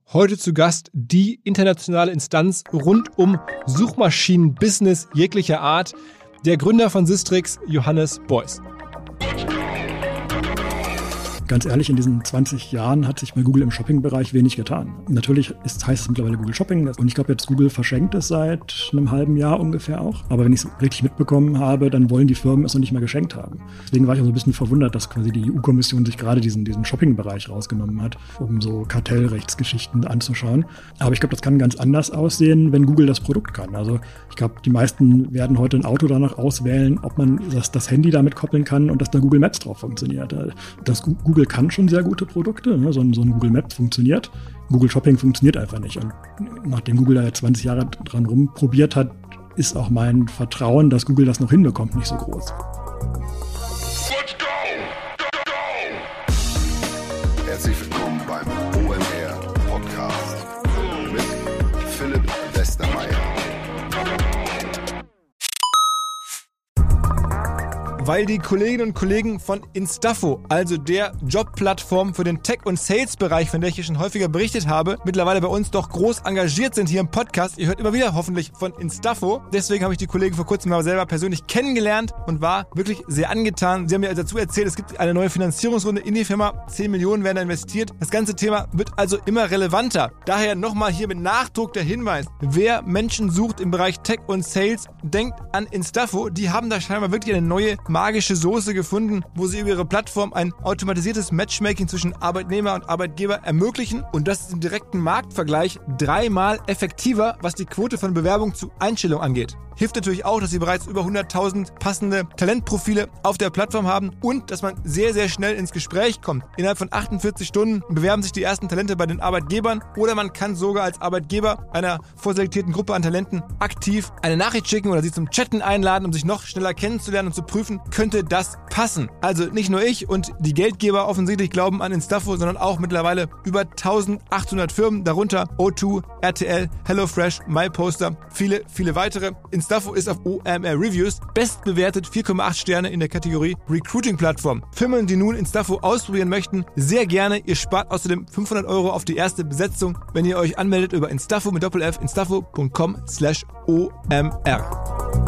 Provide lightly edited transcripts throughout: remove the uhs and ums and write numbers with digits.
Heute zu Gast die internationale Instanz rund um Suchmaschinen-Business jeglicher Art, der Gründer von Sistrix, Johannes Beuys. Ganz ehrlich, in diesen 20 Jahren hat sich bei Google im Shopping-Bereich wenig getan. Natürlich heißt es mittlerweile Google Shopping und ich glaube jetzt Google verschenkt es seit einem halben Jahr ungefähr auch. Aber wenn ich es richtig mitbekommen habe, dann wollen die Firmen es noch nicht mehr geschenkt haben. Deswegen war ich auch so ein bisschen verwundert, dass quasi die EU-Kommission sich gerade diesen Shopping-Bereich rausgenommen hat, um so Kartellrechtsgeschichten anzuschauen. Aber ich glaube, das kann ganz anders aussehen, wenn Google das Produkt kann. Also ich glaube, die meisten werden heute ein Auto danach auswählen, ob man das Handy damit koppeln kann und dass da Google Maps drauf funktioniert. Das Google kann schon sehr gute Produkte, ne? So ein Google Maps funktioniert. Google Shopping funktioniert einfach nicht. Und nachdem Google da jetzt 20 Jahre dran rumprobiert hat, ist auch mein Vertrauen, dass Google das noch hinbekommt, nicht so groß. Let's go! Herzlich willkommen beim OMR Podcast mit Philipp Westermeier. Weil die Kolleginnen und Kollegen von Instafo, also der Jobplattform für den Tech- und Sales-Bereich, von der ich hier schon häufiger berichtet habe, mittlerweile bei uns doch groß engagiert sind hier im Podcast. Ihr hört immer wieder hoffentlich von Instafo. Deswegen habe ich die Kollegen vor kurzem mal selber persönlich kennengelernt und war wirklich sehr angetan. Sie haben mir dazu erzählt, es gibt eine neue Finanzierungsrunde in die Firma. 10 Millionen werden da investiert. Das ganze Thema wird also immer relevanter. Daher nochmal hier mit Nachdruck der Hinweis. Wer Menschen sucht im Bereich Tech und Sales, denkt an Instafo. Die haben da scheinbar wirklich eine neue magische Soße gefunden, wo sie über ihre Plattform ein automatisiertes Matchmaking zwischen Arbeitnehmer und Arbeitgeber ermöglichen, und das ist im direkten Marktvergleich 3-mal effektiver, was die Quote von Bewerbung zu Einstellung angeht. Hilft natürlich auch, dass sie bereits über 100.000 passende Talentprofile auf der Plattform haben und dass man sehr, sehr schnell ins Gespräch kommt. Innerhalb von 48 Stunden bewerben sich die ersten Talente bei den Arbeitgebern, oder man kann sogar als Arbeitgeber einer vorselektierten Gruppe an Talenten aktiv eine Nachricht schicken oder sie zum Chatten einladen, um sich noch schneller kennenzulernen und zu prüfen, könnte das passen. Also nicht nur ich und die Geldgeber offensichtlich glauben an Instafo, sondern auch mittlerweile über 1.800 Firmen, darunter O2, RTL, HelloFresh, MyPoster, viele, viele weitere. Instafo ist auf OMR Reviews bestbewertet, 4,8 Sterne in der Kategorie Recruiting-Plattform. Firmen, die nun Instafo ausprobieren möchten, sehr gerne. Ihr spart außerdem 500 € auf die erste Besetzung, wenn ihr euch anmeldet über Instafo mit Doppel-F, instafo.com/OMR.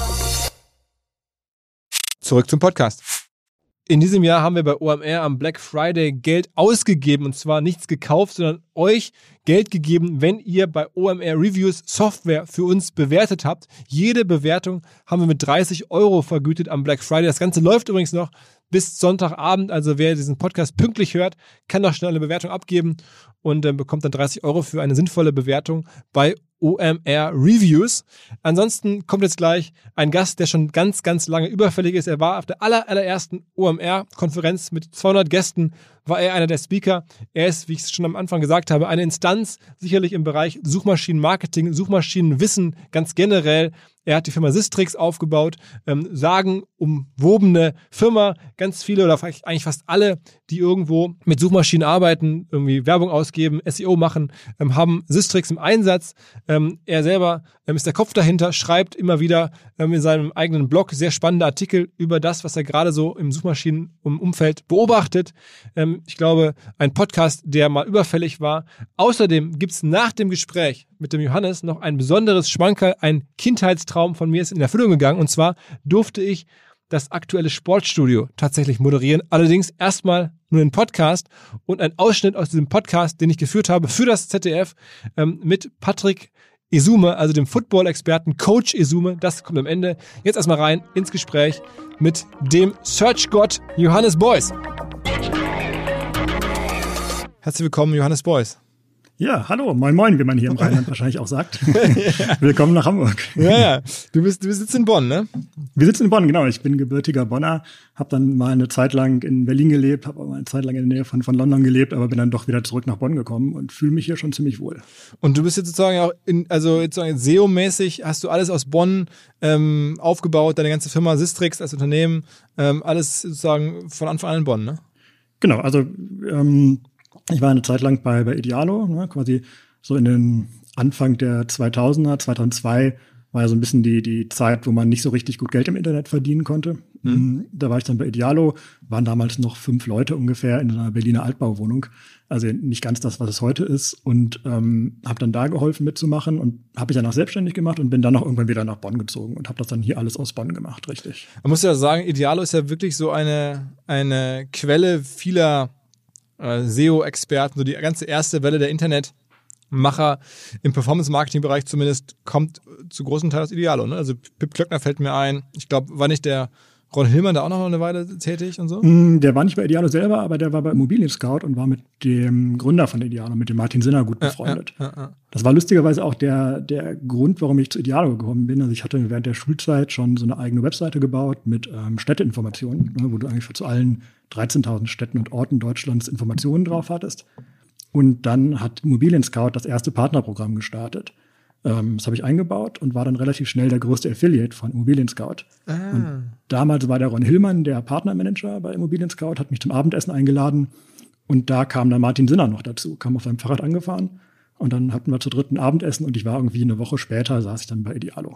Zurück zum Podcast. In diesem Jahr haben wir bei OMR am Black Friday Geld ausgegeben, und zwar nichts gekauft, sondern euch Geld gegeben, wenn ihr bei OMR Reviews Software für uns bewertet habt. Jede Bewertung haben wir mit 30 € vergütet am Black Friday. Das Ganze läuft übrigens noch bis Sonntagabend, also wer diesen Podcast pünktlich hört, kann noch schnell eine Bewertung abgeben und bekommt dann 30 € für eine sinnvolle Bewertung bei OMR Reviews. Ansonsten kommt jetzt gleich ein Gast, der schon ganz, ganz lange überfällig ist. Er war auf der allerersten OMR-Konferenz mit 200 Gästen, war er einer der Speaker. Er ist, wie ich es schon am Anfang gesagt habe, eine Instanz, sicherlich im Bereich Suchmaschinenmarketing, Suchmaschinenwissen ganz generell. Er hat die Firma Sistrix aufgebaut, sagenumwobene Firma, ganz viele oder vielleicht eigentlich fast alle, die irgendwo mit Suchmaschinen arbeiten, irgendwie Werbung ausgeben, SEO machen, haben Sistrix im Einsatz. Er selber ist der Kopf dahinter, schreibt immer wieder in seinem eigenen Blog sehr spannende Artikel über das, was er gerade so im Suchmaschinenumfeld beobachtet. Ich glaube, ein Podcast, der mal überfällig war. Außerdem gibt es nach dem Gespräch mit dem Johannes noch ein besonderes Schmankerl, ein Kindheitstraum von mir ist in Erfüllung gegangen, und zwar durfte ich das aktuelle Sportstudio tatsächlich moderieren. Allerdings erstmal nur einen Podcast und ein Ausschnitt aus diesem Podcast, den ich geführt habe für das ZDF mit Patrick Esume, also dem Football-Experten Coach Esume. Das kommt am Ende. Jetzt erstmal rein ins Gespräch mit dem Search-Gott Johannes Beuys. Herzlich willkommen, Johannes Beuys. Ja, hallo, moin moin, wie man hier im Rheinland wahrscheinlich auch sagt. Willkommen nach Hamburg. Ja. Du sitzt in Bonn, ne? Wir sitzen in Bonn, genau. Ich bin gebürtiger Bonner, habe dann mal eine Zeit lang in Berlin gelebt, habe auch mal eine Zeit lang in der Nähe von London gelebt, aber bin dann doch wieder zurück nach Bonn gekommen und fühle mich hier schon ziemlich wohl. Und du bist jetzt sozusagen auch SEO-mäßig, hast du alles aus Bonn aufgebaut, deine ganze Firma Sistrix als Unternehmen, alles sozusagen von Anfang an in Bonn, ne? Genau, also ich war eine Zeit lang bei Idealo, ne, quasi so in den Anfang der 2000er, 2002 war ja so ein bisschen die Zeit, wo man nicht so richtig gut Geld im Internet verdienen konnte. Da war ich dann bei Idealo, waren damals noch 5 Leute ungefähr in einer Berliner Altbauwohnung. Also nicht ganz das, was es heute ist. Und habe dann da geholfen mitzumachen und habe mich dann auch selbstständig gemacht und bin dann auch irgendwann wieder nach Bonn gezogen und habe das dann hier alles aus Bonn gemacht, richtig. Man muss ja sagen, Idealo ist ja wirklich so eine Quelle vieler SEO-Experten. So die ganze erste Welle der Internetmacher im Performance-Marketing-Bereich zumindest kommt zu großen Teil aus Idealo. Ne? Also Pip Klöckner fällt mir ein. Ich glaube, war nicht der Ron Hillmann da auch noch eine Weile tätig und so? Der war nicht bei Idealo selber, aber der war bei Immobilien Scout und war mit dem Gründer von Idealo, mit dem Martin Sinner, gut befreundet. Das war lustigerweise auch der Grund, warum ich zu Idealo gekommen bin. Also ich hatte während der Schulzeit schon so eine eigene Webseite gebaut mit Städteinformationen, wo du eigentlich zu allen 13.000 Städten und Orten Deutschlands Informationen drauf hattest. Und dann hat Immobilien Scout das erste Partnerprogramm gestartet. Das habe ich eingebaut und war dann relativ schnell der größte Affiliate von Immobilien Scout. Und damals war der Ron Hillmann, der Partnermanager bei Immobilien Scout, hat mich zum Abendessen eingeladen. Und da kam dann Martin Sinner noch dazu, kam auf seinem Fahrrad angefahren. Und dann hatten wir zu dritt ein Abendessen und ich war irgendwie eine Woche später, saß ich dann bei Idealo.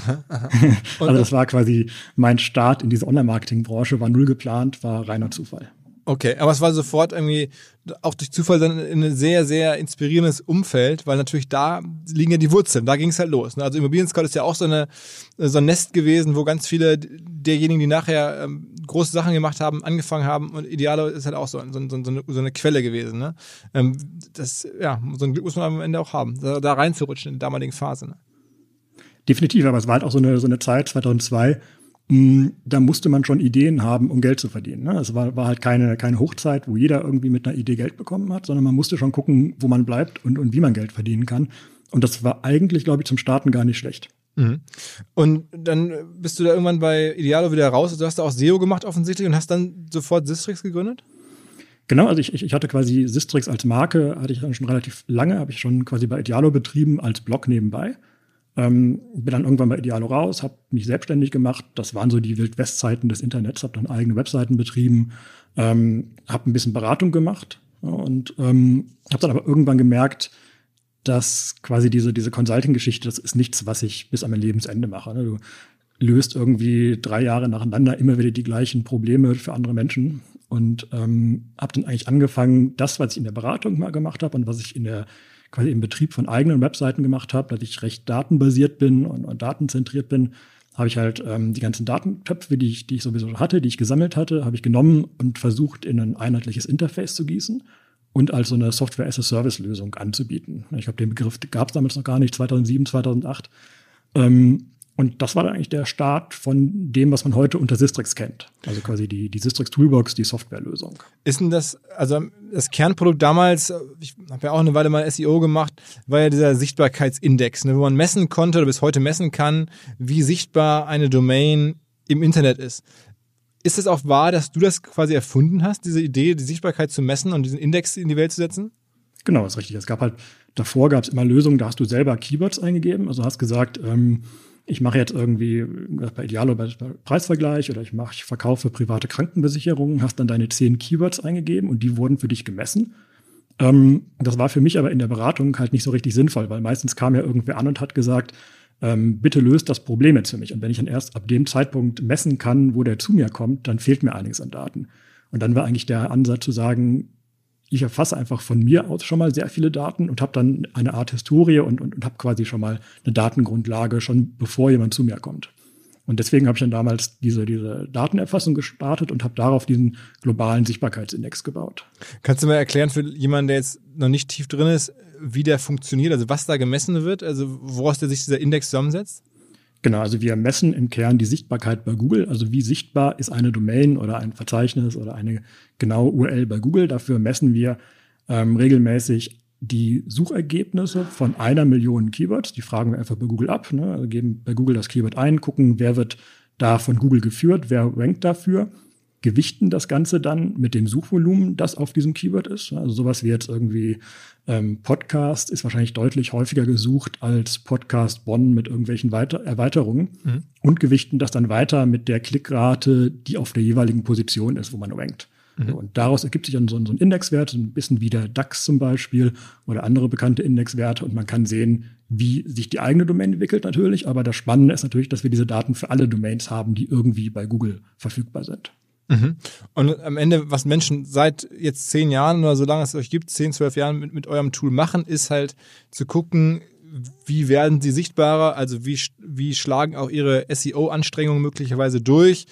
Also das war quasi mein Start in diese Online-Marketing-Branche, war null geplant, war reiner Zufall. Okay, aber es war sofort irgendwie auch durch Zufall dann in ein sehr, sehr inspirierendes Umfeld, weil natürlich da liegen ja die Wurzeln, da ging es halt los. Ne? Also Immobilien Scout ist ja auch so ein Nest gewesen, wo ganz viele derjenigen, die nachher große Sachen gemacht haben, angefangen haben, und Idealo ist halt auch so eine Quelle gewesen. Ne? So ein Glück muss man am Ende auch haben, da reinzurutschen in der damaligen Phase. Ne? Definitiv, aber es war halt auch so eine Zeit, 2002, da musste man schon Ideen haben, um Geld zu verdienen. Ne? Es war halt keine Hochzeit, wo jeder irgendwie mit einer Idee Geld bekommen hat, sondern man musste schon gucken, wo man bleibt und wie man Geld verdienen kann. Und das war eigentlich, glaube ich, zum Starten gar nicht schlecht. Mhm. Und dann bist du da irgendwann bei Idealo wieder raus. Du hast da auch SEO gemacht offensichtlich und hast dann sofort Sistrix gegründet? Genau, also ich hatte quasi Sistrix als Marke, hatte ich dann schon relativ lange, habe ich schon quasi bei Idealo betrieben als Blog nebenbei. Bin dann irgendwann bei Idealo raus, habe mich selbstständig gemacht. Das waren so die Wild-West-Zeiten des Internets, habe dann eigene Webseiten betrieben, habe ein bisschen Beratung gemacht und habe dann aber irgendwann gemerkt, dass quasi diese Consulting-Geschichte, das ist nichts, was ich bis an mein Lebensende mache. Du löst irgendwie 3 Jahre nacheinander immer wieder die gleichen Probleme für andere Menschen und habe dann eigentlich angefangen, das, was ich in der Beratung mal gemacht habe und was ich quasi im Betrieb von eigenen Webseiten gemacht habe, dass ich recht datenbasiert bin und datenzentriert bin, habe ich halt die ganzen Datentöpfe, die ich sowieso hatte, die ich gesammelt hatte, habe ich genommen und versucht, in ein einheitliches Interface zu gießen und als so eine Software-as-a-Service-Lösung anzubieten. Ich glaube, den Begriff gab es damals noch gar nicht, 2007, 2008. Und das war dann eigentlich der Start von dem, was man heute unter Sistrix kennt. Also quasi die Sistrix Toolbox, die Softwarelösung. Ist denn das, also das Kernprodukt damals, ich habe ja auch eine Weile mal SEO gemacht, war ja dieser Sichtbarkeitsindex, ne, wo man messen konnte oder bis heute messen kann, wie sichtbar eine Domain im Internet ist. Ist es auch wahr, dass du das quasi erfunden hast, diese Idee, die Sichtbarkeit zu messen und diesen Index in die Welt zu setzen? Genau, das ist richtig. Davor gab es immer Lösungen, da hast du selber Keywords eingegeben. Also hast gesagt, ich mache jetzt irgendwie bei Idealo bei Preisvergleich oder ich verkaufe private Krankenversicherungen, hast dann deine 10 Keywords eingegeben und die wurden für dich gemessen. Das war für mich aber in der Beratung halt nicht so richtig sinnvoll, weil meistens kam ja irgendwer an und hat gesagt, bitte löst das Problem jetzt für mich. Und wenn ich dann erst ab dem Zeitpunkt messen kann, wo der zu mir kommt, dann fehlt mir einiges an Daten. Und dann war eigentlich der Ansatz zu sagen, ich erfasse einfach von mir aus schon mal sehr viele Daten und habe dann eine Art Historie und habe quasi schon mal eine Datengrundlage, schon bevor jemand zu mir kommt. Und deswegen habe ich dann damals diese Datenerfassung gestartet und habe darauf diesen globalen Sichtbarkeitsindex gebaut. Kannst du mal erklären für jemanden, der jetzt noch nicht tief drin ist, wie der funktioniert, also was da gemessen wird, also woraus sich dieser Index zusammensetzt? Genau, also wir messen im Kern die Sichtbarkeit bei Google. Also wie sichtbar ist eine Domain oder ein Verzeichnis oder eine genaue URL bei Google. Dafür messen wir regelmäßig die Suchergebnisse von 1 Million Keywords. Die fragen wir einfach bei Google ab. Ne? Also geben bei Google das Keyword ein, gucken, wer wird da von Google geführt, wer rankt dafür, gewichten das Ganze dann mit dem Suchvolumen, das auf diesem Keyword ist. Also sowas wie jetzt irgendwie Podcast ist wahrscheinlich deutlich häufiger gesucht als Podcast Bonn mit irgendwelchen Erweiterungen und gewichten das dann weiter mit der Klickrate, die auf der jeweiligen Position ist, wo man rankt. Und daraus ergibt sich dann so ein Indexwert, ein bisschen wie der DAX zum Beispiel oder andere bekannte Indexwerte. Und man kann sehen, wie sich die eigene Domain entwickelt natürlich. Aber das Spannende ist natürlich, dass wir diese Daten für alle Domains haben, die irgendwie bei Google verfügbar sind. Und am Ende, was Menschen seit jetzt 10 Jahren oder so lange es euch gibt, 10, 12 Jahren mit eurem Tool machen, ist halt zu gucken, wie werden sie sichtbarer, also wie schlagen auch ihre SEO-Anstrengungen möglicherweise durch,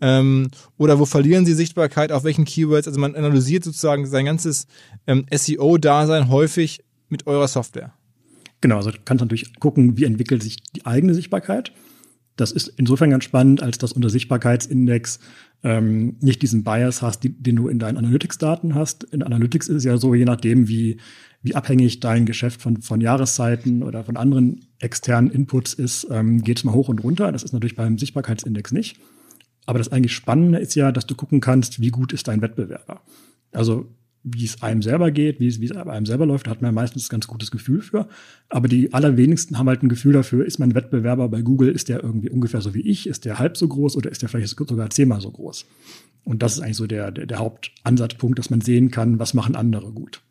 oder wo verlieren sie Sichtbarkeit, auf welchen Keywords, also man analysiert sozusagen sein ganzes SEO-Dasein häufig mit eurer Software. Genau, also du kannst natürlich gucken, wie entwickelt sich die eigene Sichtbarkeit. Das ist insofern ganz spannend, als dass unser Sichtbarkeitsindex nicht diesen Bias hast, den du in deinen Analytics-Daten hast. In Analytics ist es ja so, je nachdem, wie abhängig dein Geschäft von Jahreszeiten oder von anderen externen Inputs ist, geht es mal hoch und runter. Das ist natürlich beim Sichtbarkeitsindex nicht. Aber das eigentlich Spannende ist ja, dass du gucken kannst, wie gut ist dein Wettbewerber. Also wie es einem selber geht, wie es bei einem selber läuft, da hat man meistens ein ganz gutes Gefühl für. Aber die allerwenigsten haben halt ein Gefühl dafür, ist mein Wettbewerber bei Google, ist der irgendwie ungefähr so wie ich, ist der halb so groß oder ist der vielleicht sogar 10-mal so groß? Und das ist eigentlich so der Hauptansatzpunkt, dass man sehen kann, was machen andere gut.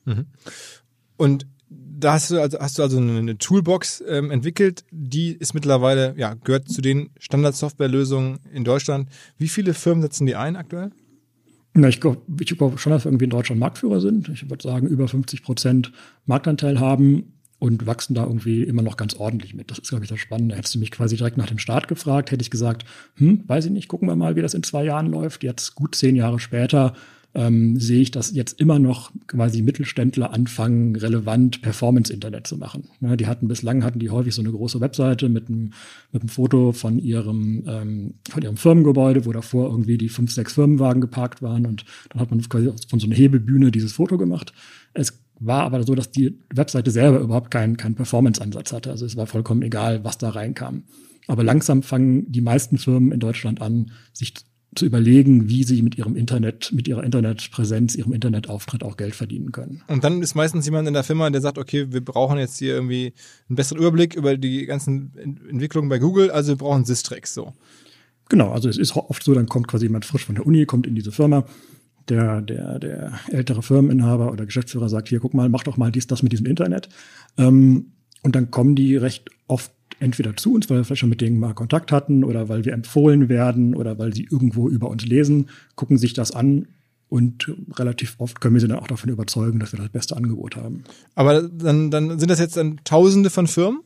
Und da hast du also eine Toolbox entwickelt, die ist mittlerweile, gehört zu den Standard-Software-Lösungen in Deutschland. Wie viele Firmen setzen die ein aktuell? Na, ich glaube schon, dass wir irgendwie in Deutschland Marktführer sind. Ich würde sagen, über 50% Marktanteil haben und wachsen da irgendwie immer noch ganz ordentlich mit. Das ist, glaube ich, das Spannende. Hättest du mich quasi direkt nach dem Start gefragt, hätte ich gesagt, weiß ich nicht, gucken wir mal, wie das in 2 Jahren läuft. Jetzt gut 10 Jahre später sehe ich, dass jetzt immer noch quasi Mittelständler anfangen, relevant Performance-Internet zu machen. Ja, bislang hatten die häufig so eine große Webseite mit einem Foto von ihrem Firmengebäude, wo davor irgendwie die 5, 6 Firmenwagen geparkt waren, und dann hat man quasi von so einer Hebebühne dieses Foto gemacht. Es war aber so, dass die Webseite selber überhaupt keinen Performance-Ansatz hatte. Also es war vollkommen egal, was da reinkam. Aber langsam fangen die meisten Firmen in Deutschland an, sich zu überlegen, wie sie mit ihrer Internetpräsenz, ihrem Internetauftritt auch Geld verdienen können. Und dann ist meistens jemand in der Firma, der sagt, okay, wir brauchen jetzt hier irgendwie einen besseren Überblick über die ganzen Entwicklungen bei Google, also wir brauchen Systrix so. Genau, also es ist oft so, dann kommt quasi jemand frisch von der Uni, kommt in diese Firma, der ältere Firmeninhaber oder Geschäftsführer sagt, hier, guck mal, mach doch mal das mit diesem Internet. Und dann kommen die recht oft entweder zu uns, weil wir vielleicht schon mit denen mal Kontakt hatten oder weil wir empfohlen werden oder weil sie irgendwo über uns lesen, gucken sich das an, und relativ oft können wir sie dann auch davon überzeugen, dass wir das beste Angebot haben. Aber dann sind das jetzt dann Tausende von Firmen?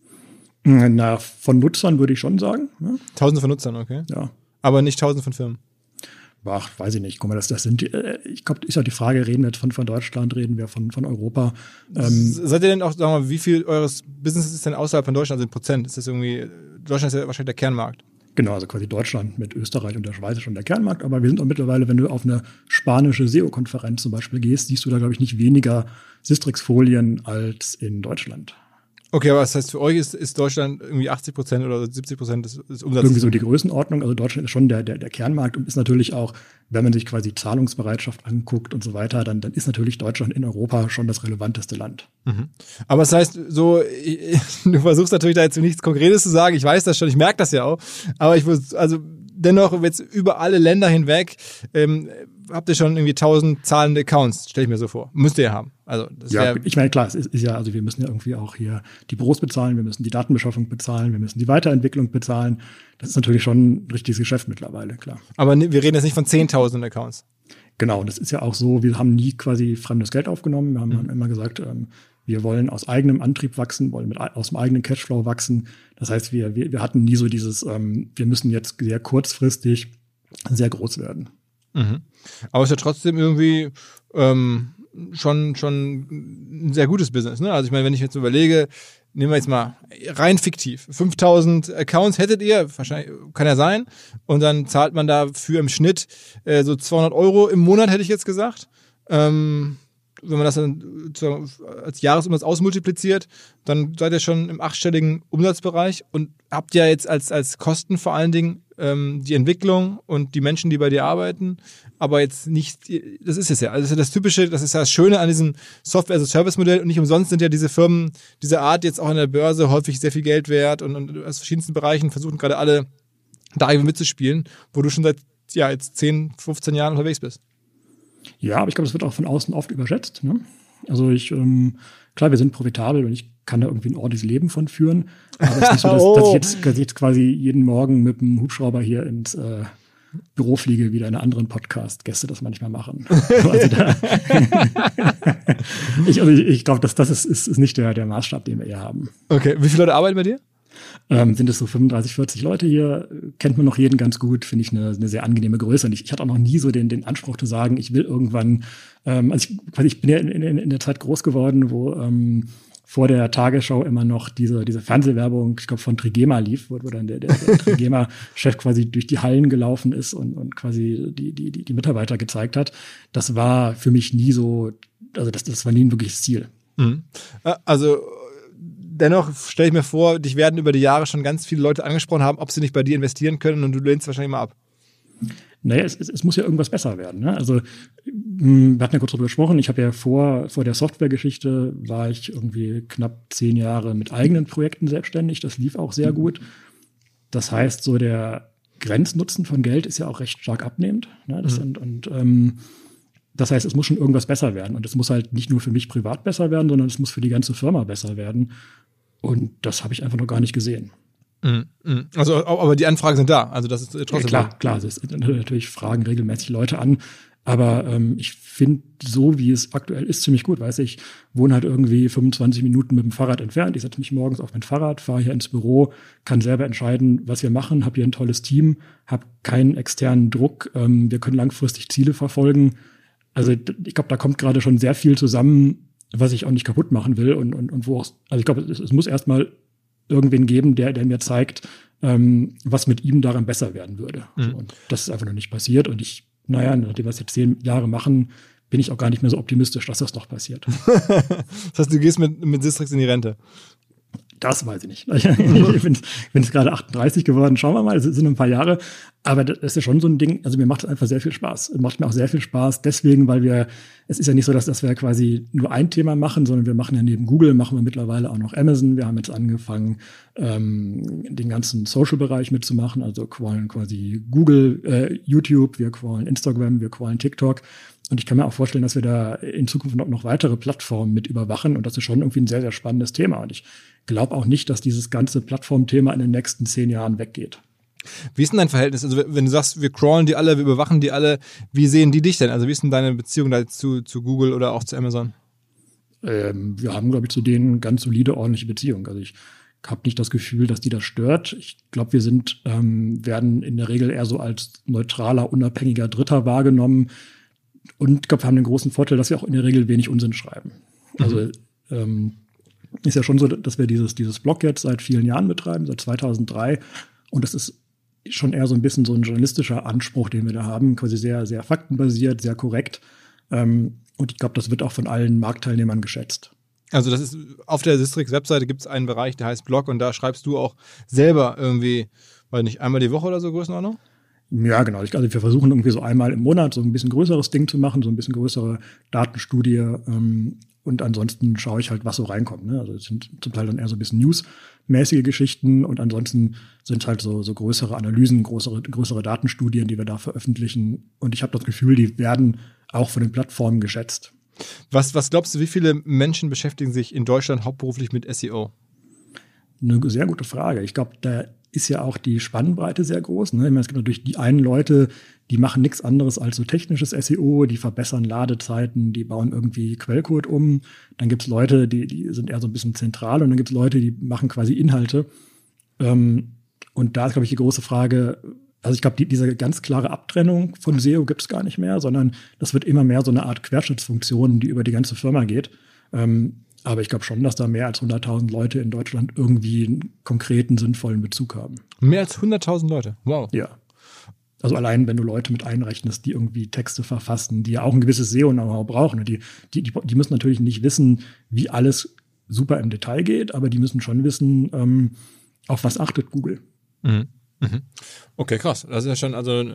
Na, von Nutzern würde ich schon sagen. Ja. Tausende von Nutzern, okay. Ja. Aber nicht Tausende von Firmen? Ach, weiß ich nicht. Guck mal, das sind ich glaube, ist ja die Frage, reden wir jetzt von Deutschland, reden wir von Europa. Seid ihr denn auch, sagen wir mal, wie viel eures Business ist denn außerhalb von Deutschland, also in Prozent? Ist das irgendwie, Deutschland ist ja wahrscheinlich der Kernmarkt. Genau, also quasi Deutschland mit Österreich und der Schweiz ist schon der Kernmarkt, aber wir sind auch mittlerweile, wenn du auf eine spanische SEO-Konferenz zum Beispiel gehst, siehst du da, glaube ich, nicht weniger Systrix-Folien als in Deutschland. Okay, aber das heißt, für euch ist Deutschland irgendwie 80% oder 70% des Umsatzes? Irgendwie so die Größenordnung. Also Deutschland ist schon der Kernmarkt und ist natürlich auch, wenn man sich quasi Zahlungsbereitschaft anguckt und so weiter, dann ist natürlich Deutschland in Europa schon das relevanteste Land. Aber das heißt, du versuchst natürlich da jetzt nichts Konkretes zu sagen. Ich weiß das schon, ich merke das ja auch. Aber dennoch jetzt über alle Länder hinweg habt ihr schon irgendwie 1000 zahlende Accounts, stelle ich mir so vor. Müsst ihr ja haben. Also das ich meine, klar, es ist ja, also wir müssen ja irgendwie auch hier die Büros bezahlen, wir müssen die Datenbeschaffung bezahlen, wir müssen die Weiterentwicklung bezahlen. Das ist natürlich schon ein richtiges Geschäft mittlerweile, klar. Aber wir reden jetzt nicht von 10.000 Accounts. Genau, und das ist ja auch so, wir haben nie quasi fremdes Geld aufgenommen. Wir haben immer gesagt, wir wollen aus eigenem Antrieb wachsen, wollen aus dem eigenen Cashflow wachsen. Das heißt, wir hatten nie so dieses, wir müssen jetzt sehr kurzfristig sehr groß werden. Aber es ist ja trotzdem irgendwie schon ein sehr gutes Business, ne? Also ich meine, wenn ich jetzt überlege, nehmen wir jetzt mal rein fiktiv, 5.000 Accounts hättet ihr, wahrscheinlich kann ja sein, und dann zahlt man dafür im Schnitt so 200 € im Monat, hätte ich jetzt gesagt. Wenn man das dann als Jahresumsatz ausmultipliziert, dann seid ihr schon im 8-stelligen Umsatzbereich und habt ja jetzt als Kosten vor allen Dingen die Entwicklung und die Menschen, die bei dir arbeiten, aber jetzt nicht, das ist es ja, also das Typische, das ist ja das Schöne an diesem Software-as-a-Service-Modell, und nicht umsonst sind ja diese Firmen dieser Art jetzt auch an der Börse häufig sehr viel Geld wert und aus verschiedensten Bereichen versuchen gerade alle da irgendwie mitzuspielen, wo du schon seit jetzt 10, 15 Jahren unterwegs bist. Ja, aber ich glaube, das wird auch von außen oft überschätzt. Ne? Also klar, wir sind profitabel und ich kann da irgendwie ein ordentliches Leben von führen. Aber es ist nicht so, dass ich jetzt quasi jeden Morgen mit dem Hubschrauber hier ins Büro fliege, wie deine anderen Podcast-Gäste das manchmal machen. Ich glaube, das ist nicht der Maßstab, den wir hier haben. Okay, wie viele Leute arbeiten bei dir? Sind es so 35, 40 Leute hier, kennt man noch jeden ganz gut, finde ich eine sehr angenehme Größe. Und ich hatte auch noch nie so den Anspruch zu sagen, ich will irgendwann, ich bin ja in der Zeit groß geworden, wo vor der Tagesschau immer noch diese Fernsehwerbung, ich glaube von Trigema lief, wo dann der Trigema-Chef quasi durch die Hallen gelaufen ist und quasi die Mitarbeiter gezeigt hat. Das war für mich nie so, also das war nie ein wirkliches Ziel. Mhm. Also dennoch stelle ich mir vor, dich werden über die Jahre schon ganz viele Leute angesprochen haben, ob sie nicht bei dir investieren können und du lehnst wahrscheinlich mal ab. Naja, es muss ja irgendwas besser werden. Ne? Also wir hatten ja kurz darüber gesprochen, ich habe ja vor der Softwaregeschichte war ich irgendwie knapp 10 Jahre mit eigenen Projekten selbstständig. Das lief auch sehr gut. Das heißt, so der Grenznutzen von Geld ist ja auch recht stark abnehmend. Ne? Das heißt, es muss schon irgendwas besser werden. Und es muss halt nicht nur für mich privat besser werden, sondern es muss für die ganze Firma besser werden. Und das habe ich einfach noch gar nicht gesehen. Also, aber die Anfragen sind da. Also das ist trotzdem klar. Es natürlich fragen regelmäßig Leute an. Aber ich finde, so wie es aktuell ist, ziemlich gut. Weiß ich wohne halt irgendwie 25 Minuten mit dem Fahrrad entfernt. Ich setze mich morgens auf mein Fahrrad, fahre hier ins Büro, kann selber entscheiden, was wir machen, habe hier ein tolles Team, habe keinen externen Druck. Wir können langfristig Ziele verfolgen. Also ich glaube, da kommt gerade schon sehr viel zusammen, was ich auch nicht kaputt machen will. Und wo auch, also ich glaube, es muss erstmal irgendwen geben, der mir zeigt, was mit ihm daran besser werden würde. So, und das ist einfach noch nicht passiert. Und nachdem wir es jetzt 10 Jahre machen, bin ich auch gar nicht mehr so optimistisch, dass das doch passiert. Das heißt, du gehst mit Sistrix in die Rente? Das weiß ich nicht. Ich bin jetzt gerade 38 geworden. Schauen wir mal, es sind ein paar Jahre. Aber das ist ja schon so ein Ding, also mir macht es einfach sehr viel Spaß. Es macht mir auch sehr viel Spaß deswegen, weil es ist ja nicht so, dass wir quasi nur ein Thema machen, sondern wir machen ja neben Google, machen wir mittlerweile auch noch Amazon. Wir haben jetzt angefangen, den ganzen Social-Bereich mitzumachen. Also crawlen quasi Google, YouTube, wir crawlen Instagram, wir crawlen TikTok. Und ich kann mir auch vorstellen, dass wir da in Zukunft noch weitere Plattformen mit überwachen. Und das ist schon irgendwie ein sehr, sehr spannendes Thema. Und ich glaube auch nicht, dass dieses ganze Plattformthema in den nächsten 10 Jahren weggeht. Wie ist denn dein Verhältnis? Also wenn du sagst, wir crawlen die alle, wir überwachen die alle, wie sehen die dich denn? Also wie ist denn deine Beziehung da zu Google oder auch zu Amazon? Wir haben, glaube ich, zu denen ganz solide, ordentliche Beziehung. Also ich habe nicht das Gefühl, dass die das stört. Ich glaube, wir werden in der Regel eher so als neutraler, unabhängiger Dritter wahrgenommen. Und ich glaube, wir haben den großen Vorteil, dass wir auch in der Regel wenig Unsinn schreiben. Also ist ja schon so, dass wir dieses Blog jetzt seit vielen Jahren betreiben, seit 2003. Und das ist schon eher so ein bisschen so ein journalistischer Anspruch, den wir da haben. Quasi sehr, sehr faktenbasiert, sehr korrekt. Und ich glaube, das wird auch von allen Marktteilnehmern geschätzt. Also das ist auf der Sistrix-Webseite gibt es einen Bereich, der heißt Blog. Und da schreibst du auch selber irgendwie, weiß nicht, einmal die Woche oder so Größenordnung? Ja, genau. Also wir versuchen irgendwie so einmal im Monat so ein bisschen größeres Ding zu machen, so ein bisschen größere Datenstudie. Und ansonsten schaue ich halt, was so reinkommt. Ne? Also es sind zum Teil dann eher so ein bisschen newsmäßige Geschichten und ansonsten sind halt so größere Analysen, größere Datenstudien, die wir da veröffentlichen. Und ich habe das Gefühl, die werden auch von den Plattformen geschätzt. Was glaubst du, wie viele Menschen beschäftigen sich in Deutschland hauptberuflich mit SEO? Eine sehr gute Frage. Ich glaube, da ist ja auch die Spannbreite sehr groß. Ne? Ich meine, es gibt natürlich die einen Leute, die machen nichts anderes als so technisches SEO, die verbessern Ladezeiten, die bauen irgendwie Quellcode um. Dann gibt es Leute, die sind eher so ein bisschen zentral und dann gibt es Leute, die machen quasi Inhalte. Und da ist, glaube ich, die große Frage, also ich glaube, diese ganz klare Abtrennung von SEO gibt es gar nicht mehr, sondern das wird immer mehr so eine Art Querschnittsfunktion, die über die ganze Firma geht. Aber ich glaube schon, dass da mehr als 100.000 Leute in Deutschland irgendwie einen konkreten, sinnvollen Bezug haben. Mehr als 100.000 Leute? Wow. Ja. Also allein, wenn du Leute mit einrechnest, die irgendwie Texte verfassen, die ja auch ein gewisses SEO-Know-how brauchen. Und die müssen natürlich nicht wissen, wie alles super im Detail geht, aber die müssen schon wissen, auf was achtet Google. Mhm. Okay, krass. Das ist ja schon, also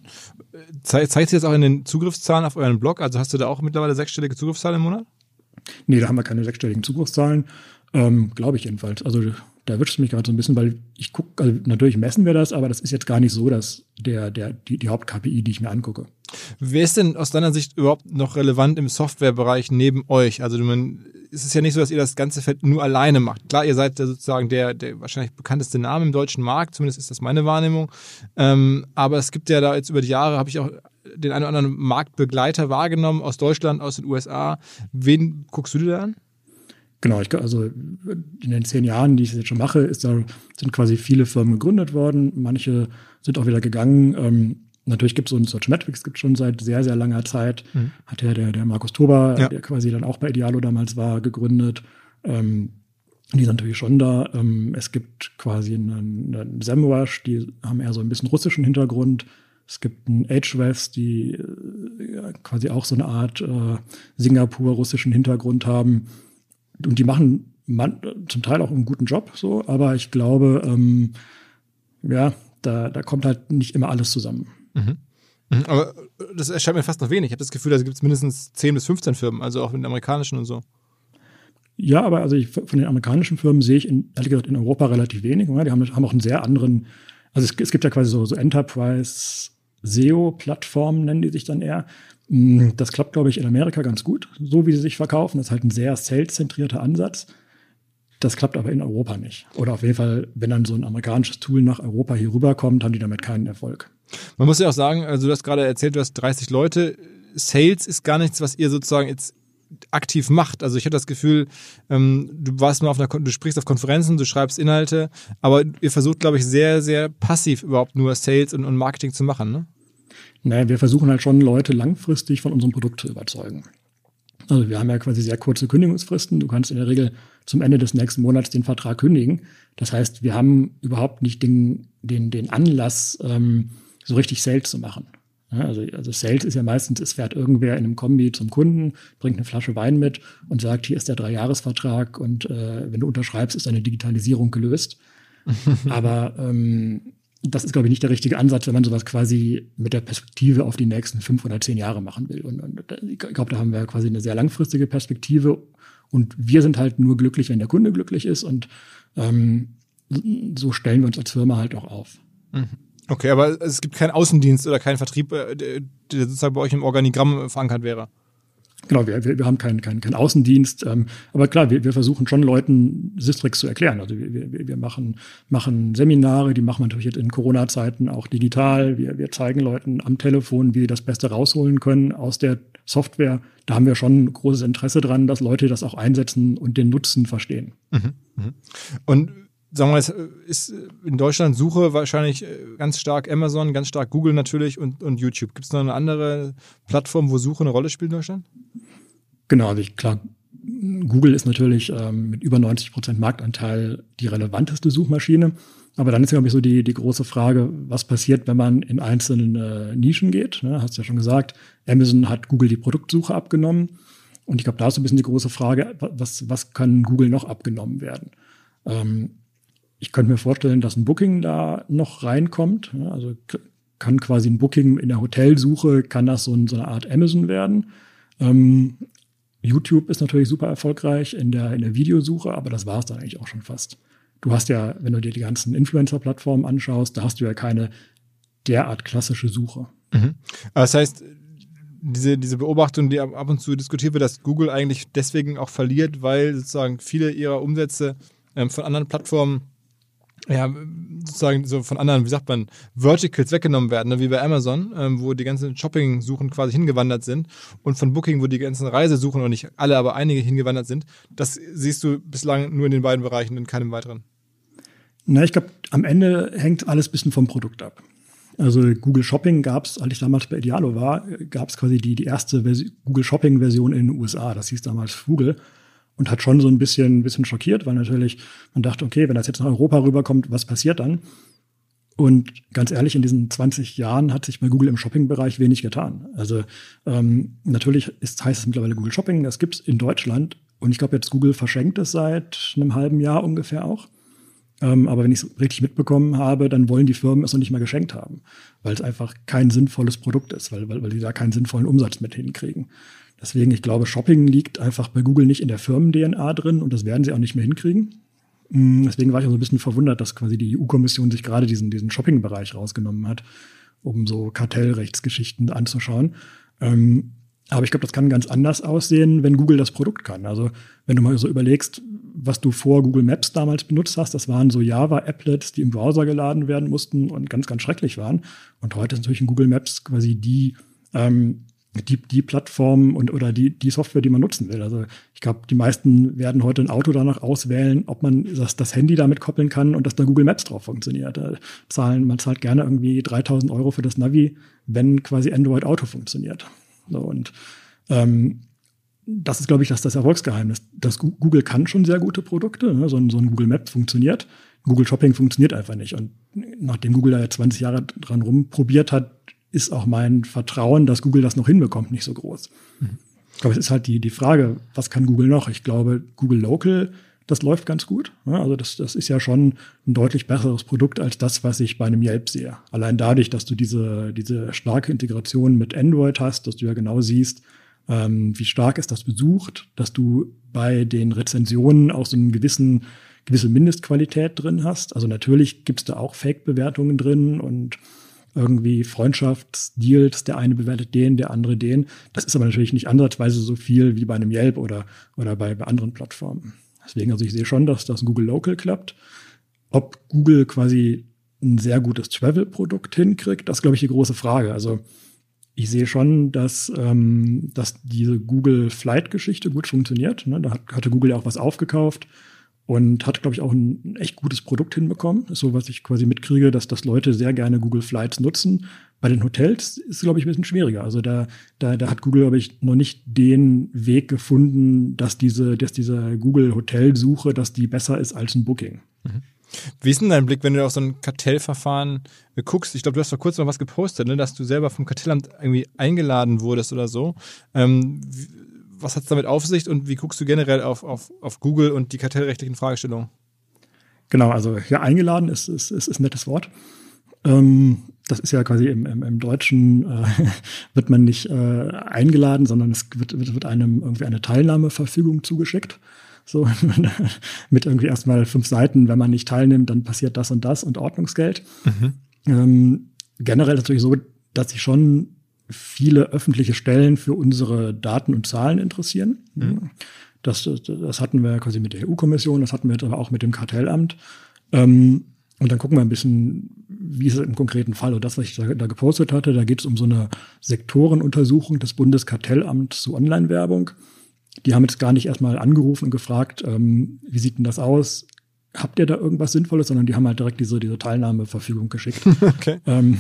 zeigt sich jetzt auch in den Zugriffszahlen auf euren Blog? Also hast du da auch mittlerweile 6-stellige Zugriffszahlen im Monat? Nee, da haben wir keine 6-stelligen Zugriffszahlen. Glaube ich jedenfalls. Also da erwischt es mich gerade so ein bisschen, weil ich gucke, also natürlich messen wir das, aber das ist jetzt gar nicht so, dass die Haupt-KPI, die ich mir angucke. Wer ist denn aus deiner Sicht überhaupt noch relevant im Softwarebereich neben euch? Also es ist ja nicht so, dass ihr das ganze Feld nur alleine macht. Klar, ihr seid ja sozusagen der wahrscheinlich bekannteste Name im deutschen Markt, zumindest ist das meine Wahrnehmung. Aber es gibt ja da jetzt über die Jahre, habe ich auch den einen oder anderen Marktbegleiter wahrgenommen aus Deutschland, aus den USA. Wen guckst du dir da an? Genau, also in den 10 Jahren, die ich jetzt schon mache, sind quasi viele Firmen gegründet worden. Manche sind auch wieder gegangen. Natürlich gibt es so ein Searchmetrics, gibt es schon seit sehr, sehr langer Zeit. Hat ja der Markus Tober, der quasi dann auch bei Idealo damals war, gegründet. Die sind natürlich schon da. Es gibt quasi einen Semrush, die haben eher so ein bisschen russischen Hintergrund. Es gibt einen Ahrefs, die quasi auch so eine Art Singapur-russischen Hintergrund haben. Und die machen zum Teil auch einen guten Job, so, aber ich glaube, da kommt halt nicht immer alles zusammen. Aber das erscheint mir fast noch wenig. Ich habe das Gefühl, da gibt es mindestens 10 bis 15 Firmen, also auch mit den amerikanischen und so. Ja, aber also von den amerikanischen Firmen sehe ich ehrlich gesagt in Europa relativ wenig. Die haben auch einen sehr anderen, also es gibt ja quasi so Enterprise SEO-Plattformen, nennen die sich dann eher. Das klappt, glaube ich, in Amerika ganz gut, so wie sie sich verkaufen. Das ist halt ein sehr sales-zentrierter Ansatz. Das klappt aber in Europa nicht. Oder auf jeden Fall, wenn dann so ein amerikanisches Tool nach Europa hier rüberkommt, haben die damit keinen Erfolg. Man muss ja auch sagen, also du hast gerade erzählt, du hast 30 Leute. Sales ist gar nichts, was ihr sozusagen jetzt aktiv macht. Also ich hatte das Gefühl, du sprichst auf Konferenzen, du schreibst Inhalte, aber ihr versucht, glaube ich, sehr, sehr passiv überhaupt nur Sales und Marketing zu machen, ne? Naja, wir versuchen halt schon, Leute langfristig von unserem Produkt zu überzeugen. Also wir haben ja quasi sehr kurze Kündigungsfristen. Du kannst in der Regel zum Ende des nächsten Monats den Vertrag kündigen. Das heißt, wir haben überhaupt nicht den Anlass, so richtig Sales zu machen. Ja, also Sales ist ja meistens, es fährt irgendwer in einem Kombi zum Kunden, bringt eine Flasche Wein mit und sagt, hier ist der 3-Jahres-Vertrag und wenn du unterschreibst, ist deine Digitalisierung gelöst. Aber das ist, glaube ich, nicht der richtige Ansatz, wenn man sowas quasi mit der Perspektive auf die nächsten 5 oder 10 Jahre machen will. Und ich glaube, da haben wir quasi eine sehr langfristige Perspektive. Und wir sind halt nur glücklich, wenn der Kunde glücklich ist. Und so stellen wir uns als Firma halt auch auf. Okay, aber es gibt keinen Außendienst oder keinen Vertrieb, der sozusagen bei euch im Organigramm verankert wäre. Genau, wir haben keinen Außendienst, aber klar, wir versuchen schon Leuten Sistrix zu erklären. Also wir machen Seminare, die machen wir natürlich jetzt in Corona-Zeiten auch digital. Wir zeigen Leuten am Telefon, wie sie das Beste rausholen können aus der Software. Da haben wir schon großes Interesse dran, dass Leute das auch einsetzen und den Nutzen verstehen. Und sagen wir mal, ist in Deutschland Suche wahrscheinlich ganz stark Amazon, ganz stark Google natürlich und YouTube. Gibt es noch eine andere Plattform, wo Suche eine Rolle spielt in Deutschland? Genau, also klar, Google ist natürlich mit über 90% Marktanteil die relevanteste Suchmaschine. Aber dann ist, glaube ich, so die große Frage, was passiert, wenn man in einzelnen Nischen geht. Ne, hast du ja schon gesagt, Amazon hat Google die Produktsuche abgenommen. Und ich glaube, da ist so ein bisschen die große Frage, was kann Google noch abgenommen werden? Ich könnte mir vorstellen, dass ein Booking da noch reinkommt. Also kann quasi ein Booking in der Hotelsuche, kann das so eine Art Amazon werden. YouTube ist natürlich super erfolgreich in der Videosuche, aber das war es dann eigentlich auch schon fast. Du hast ja, wenn du dir die ganzen Influencer-Plattformen anschaust, da hast du ja keine derart klassische Suche. Das heißt, diese Beobachtung, die ab und zu diskutiert wird, dass Google eigentlich deswegen auch verliert, weil sozusagen viele ihrer Umsätze von anderen Plattformen sozusagen so von anderen, wie sagt man, Verticals weggenommen werden, ne, wie bei Amazon, wo die ganzen Shopping-Suchen quasi hingewandert sind und von Booking, wo die ganzen Reisesuchen, und nicht alle, aber einige hingewandert sind. Das siehst du bislang nur in den beiden Bereichen, in keinem weiteren. Na, ich glaube, am Ende hängt alles ein bisschen vom Produkt ab. Also Google Shopping gab es, als ich damals bei Idealo war, gab es quasi die erste Google Shopping-Version in den USA. Das hieß damals Google. Und hat schon so ein bisschen schockiert, weil natürlich man dachte, okay, wenn das jetzt nach Europa rüberkommt, was passiert dann? Und ganz ehrlich, in diesen 20 Jahren hat sich bei Google im Shopping-Bereich wenig getan. Also natürlich heißt es mittlerweile Google Shopping, das gibt es in Deutschland. Und ich glaube, jetzt Google verschenkt es seit einem halben Jahr ungefähr auch. Aber wenn ich es richtig mitbekommen habe, dann wollen die Firmen es noch nicht mal geschenkt haben, weil es einfach kein sinnvolles Produkt ist, weil die da keinen sinnvollen Umsatz mit hinkriegen. Deswegen, ich glaube, Shopping liegt einfach bei Google nicht in der Firmen-DNA drin und das werden sie auch nicht mehr hinkriegen. Deswegen war ich auch so ein bisschen verwundert, dass quasi die EU-Kommission sich gerade diesen Shopping-Bereich rausgenommen hat, um so Kartellrechtsgeschichten anzuschauen. Aber ich glaube, das kann ganz anders aussehen, wenn Google das Produkt kann. Also wenn du mal so überlegst, was du vor Google Maps damals benutzt hast, das waren so Java-Applets, die im Browser geladen werden mussten und ganz, ganz schrecklich waren. Und heute ist natürlich in Google Maps quasi die Plattform oder die Software, die man nutzen will. Also ich glaube, die meisten werden heute ein Auto danach auswählen, ob man das Handy damit koppeln kann und dass da Google Maps drauf funktioniert. Man zahlt gerne irgendwie 3.000 € für das Navi, wenn quasi Android Auto funktioniert. So, und das ist, glaube ich, das Erfolgsgeheimnis. Google kann schon sehr gute Produkte. Ne? So ein Google Maps funktioniert. Google Shopping funktioniert einfach nicht. Und nachdem Google da jetzt 20 Jahre dran rumprobiert hat, ist auch mein Vertrauen, dass Google das noch hinbekommt, nicht so groß. Ich glaube, es ist halt die Frage, was kann Google noch? Ich glaube, Google Local, das läuft ganz gut. Ja, also das ist ja schon ein deutlich besseres Produkt als das, was ich bei einem Yelp sehe. Allein dadurch, dass du diese starke Integration mit Android hast, dass du ja genau siehst, wie stark ist das besucht, dass du bei den Rezensionen auch so eine gewisse Mindestqualität drin hast. Also natürlich gibt's da auch Fake-Bewertungen drin und irgendwie Freundschaftsdeals, der eine bewertet den, der andere den. Das ist aber natürlich nicht ansatzweise so viel wie bei einem Yelp oder bei anderen Plattformen. Deswegen, also ich sehe schon, dass das Google Local klappt. Ob Google quasi ein sehr gutes Travel-Produkt hinkriegt, das ist, glaube ich, die große Frage. Also ich sehe schon, dass diese Google Flight-Geschichte gut funktioniert. Ne? Da hatte Google ja auch was aufgekauft und hat, glaube ich, auch ein echt gutes Produkt hinbekommen. Das ist so, was ich quasi mitkriege, dass Leute sehr gerne Google Flights nutzen. Bei den Hotels ist es, glaube ich, ein bisschen schwieriger. Also da hat Google, glaube ich, noch nicht den Weg gefunden, dass diese Google-Hotelsuche, dass die besser ist als ein Booking. Mhm. Wie ist denn dein Blick, wenn du auf so ein Kartellverfahren guckst? Ich glaube, du hast vor kurzem noch was gepostet, ne, dass du selber vom Kartellamt irgendwie eingeladen wurdest oder so. Was hat es damit auf sich und wie guckst du generell auf Google und die kartellrechtlichen Fragestellungen? Genau, also ja, eingeladen ist ein nettes Wort. Das ist ja quasi im Deutschen wird man nicht eingeladen, sondern es wird einem irgendwie eine Teilnahmeverfügung zugeschickt. So mit irgendwie erstmal 5 Seiten, wenn man nicht teilnimmt, dann passiert das und Ordnungsgeld. Mhm. Generell ist es natürlich so, dass sich schon viele öffentliche Stellen für unsere Daten und Zahlen interessieren. Mhm. Das hatten wir quasi mit der EU-Kommission, das hatten wir jetzt aber auch mit dem Kartellamt. Und dann gucken wir ein bisschen, wie ist es im konkreten Fall. Und das, was ich da gepostet hatte, da geht es um so eine Sektorenuntersuchung des Bundeskartellamts zu Online-Werbung. Die haben jetzt gar nicht erstmal angerufen und gefragt, wie sieht denn das aus? Habt ihr da irgendwas Sinnvolles? Sondern die haben halt direkt diese Teilnahmeverfügung geschickt. Okay.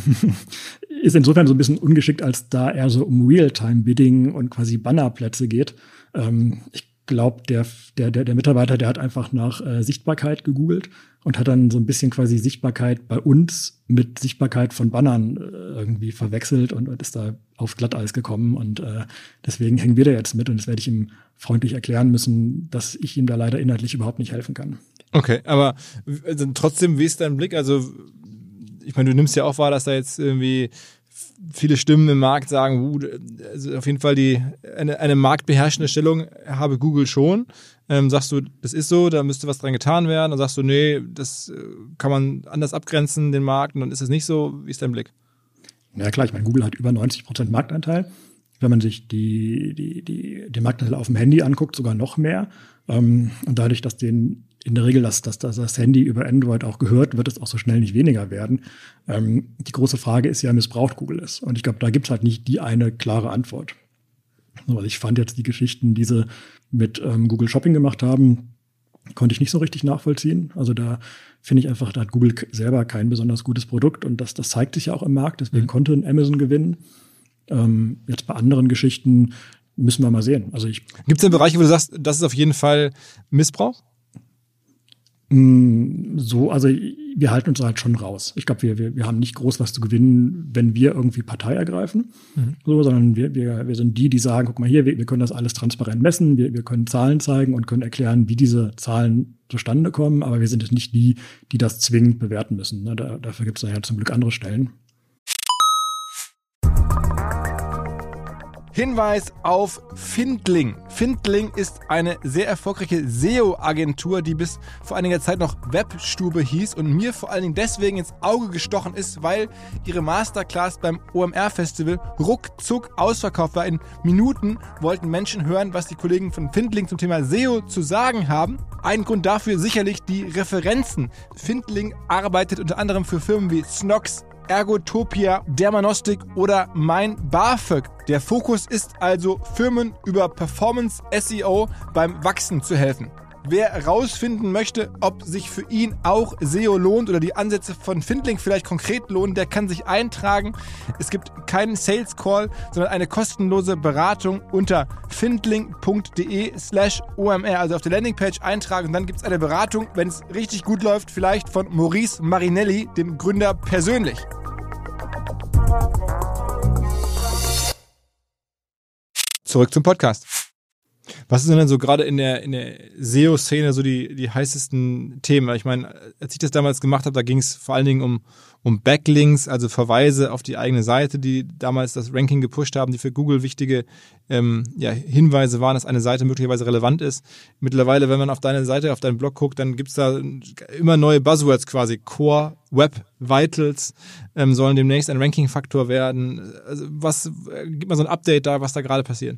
Ist insofern so ein bisschen ungeschickt, als da eher so um Realtime-Bidding und quasi Bannerplätze geht. Ich glaube, der Mitarbeiter, der hat einfach nach Sichtbarkeit gegoogelt und hat dann so ein bisschen quasi Sichtbarkeit bei uns mit Sichtbarkeit von Bannern irgendwie verwechselt und ist da aufs Glatteis gekommen. Und deswegen hängen wir da jetzt mit und das werde ich ihm freundlich erklären müssen, dass ich ihm da leider inhaltlich überhaupt nicht helfen kann. Okay, aber also, trotzdem, wie ist dein Blick? Also ich meine, du nimmst ja auch wahr, dass da jetzt irgendwie viele Stimmen im Markt sagen, also auf jeden Fall eine marktbeherrschende Stellung habe Google schon. Sagst du, das ist so, da müsste was dran getan werden? Dann sagst du, nee, das kann man anders abgrenzen, den Markt, und dann ist es nicht so. Wie ist dein Blick? Ja klar, ich meine, Google hat über 90% Marktanteil. Wenn man sich den Marktanteil auf dem Handy anguckt, sogar noch mehr. Und dadurch, dass in der Regel das Handy über Android auch gehört, wird es auch so schnell nicht weniger werden. Die große Frage ist ja, missbraucht Google es? Und ich glaube, da gibt es halt nicht die eine klare Antwort. Also ich fand jetzt die Geschichten, die sie mit Google Shopping gemacht haben, konnte ich nicht so richtig nachvollziehen. Also da finde ich einfach, da hat Google selber kein besonders gutes Produkt und das zeigt sich ja auch im Markt. Deswegen konnte ein Amazon gewinnen. Jetzt bei anderen Geschichten müssen wir mal sehen. Also gibt es denn Bereiche, wo du sagst, das ist auf jeden Fall Missbrauch? So, also wir halten uns halt schon raus. Ich glaube, wir haben nicht groß was zu gewinnen, wenn wir irgendwie Partei ergreifen, sondern wir sind die sagen, guck mal hier, wir können das alles transparent messen, wir können Zahlen zeigen und können erklären, wie diese Zahlen zustande kommen, aber wir sind jetzt nicht die das zwingend bewerten müssen. Ne? Dafür gibt es ja zum Glück andere Stellen. Hinweis auf Findling. Findling ist eine sehr erfolgreiche SEO-Agentur, die bis vor einiger Zeit noch Webstube hieß und mir vor allen Dingen deswegen ins Auge gestochen ist, weil ihre Masterclass beim OMR-Festival ruckzuck ausverkauft war. In Minuten wollten Menschen hören, was die Kollegen von Findling zum Thema SEO zu sagen haben. Ein Grund dafür sicherlich die Referenzen. Findling arbeitet unter anderem für Firmen wie Snox, Ergotopia, Dermanostik oder Mein BAföG. Der Fokus ist also, Firmen über Performance SEO beim Wachsen zu helfen. Wer herausfinden möchte, ob sich für ihn auch SEO lohnt oder die Ansätze von Findling vielleicht konkret lohnen, der kann sich eintragen. Es gibt keinen Sales Call, sondern eine kostenlose Beratung unter findling.de/OMR. Also auf der Landingpage eintragen und dann gibt es eine Beratung, wenn es richtig gut läuft, vielleicht von Maurice Marinelli, dem Gründer, persönlich. Zurück zum Podcast. Was sind denn so gerade in der SEO-Szene so die heißesten Themen? Ich meine, als ich das damals gemacht habe, da ging es vor allen Dingen um Backlinks, also Verweise auf die eigene Seite, die damals das Ranking gepusht haben, die für Google wichtige Hinweise waren, dass eine Seite möglicherweise relevant ist. Mittlerweile, wenn man auf deine Seite, auf deinen Blog guckt, dann gibt es da immer neue Buzzwords quasi. Core, Web Vitals sollen demnächst ein Ranking-Faktor werden. Also gib mal so ein Update da, was da gerade passiert.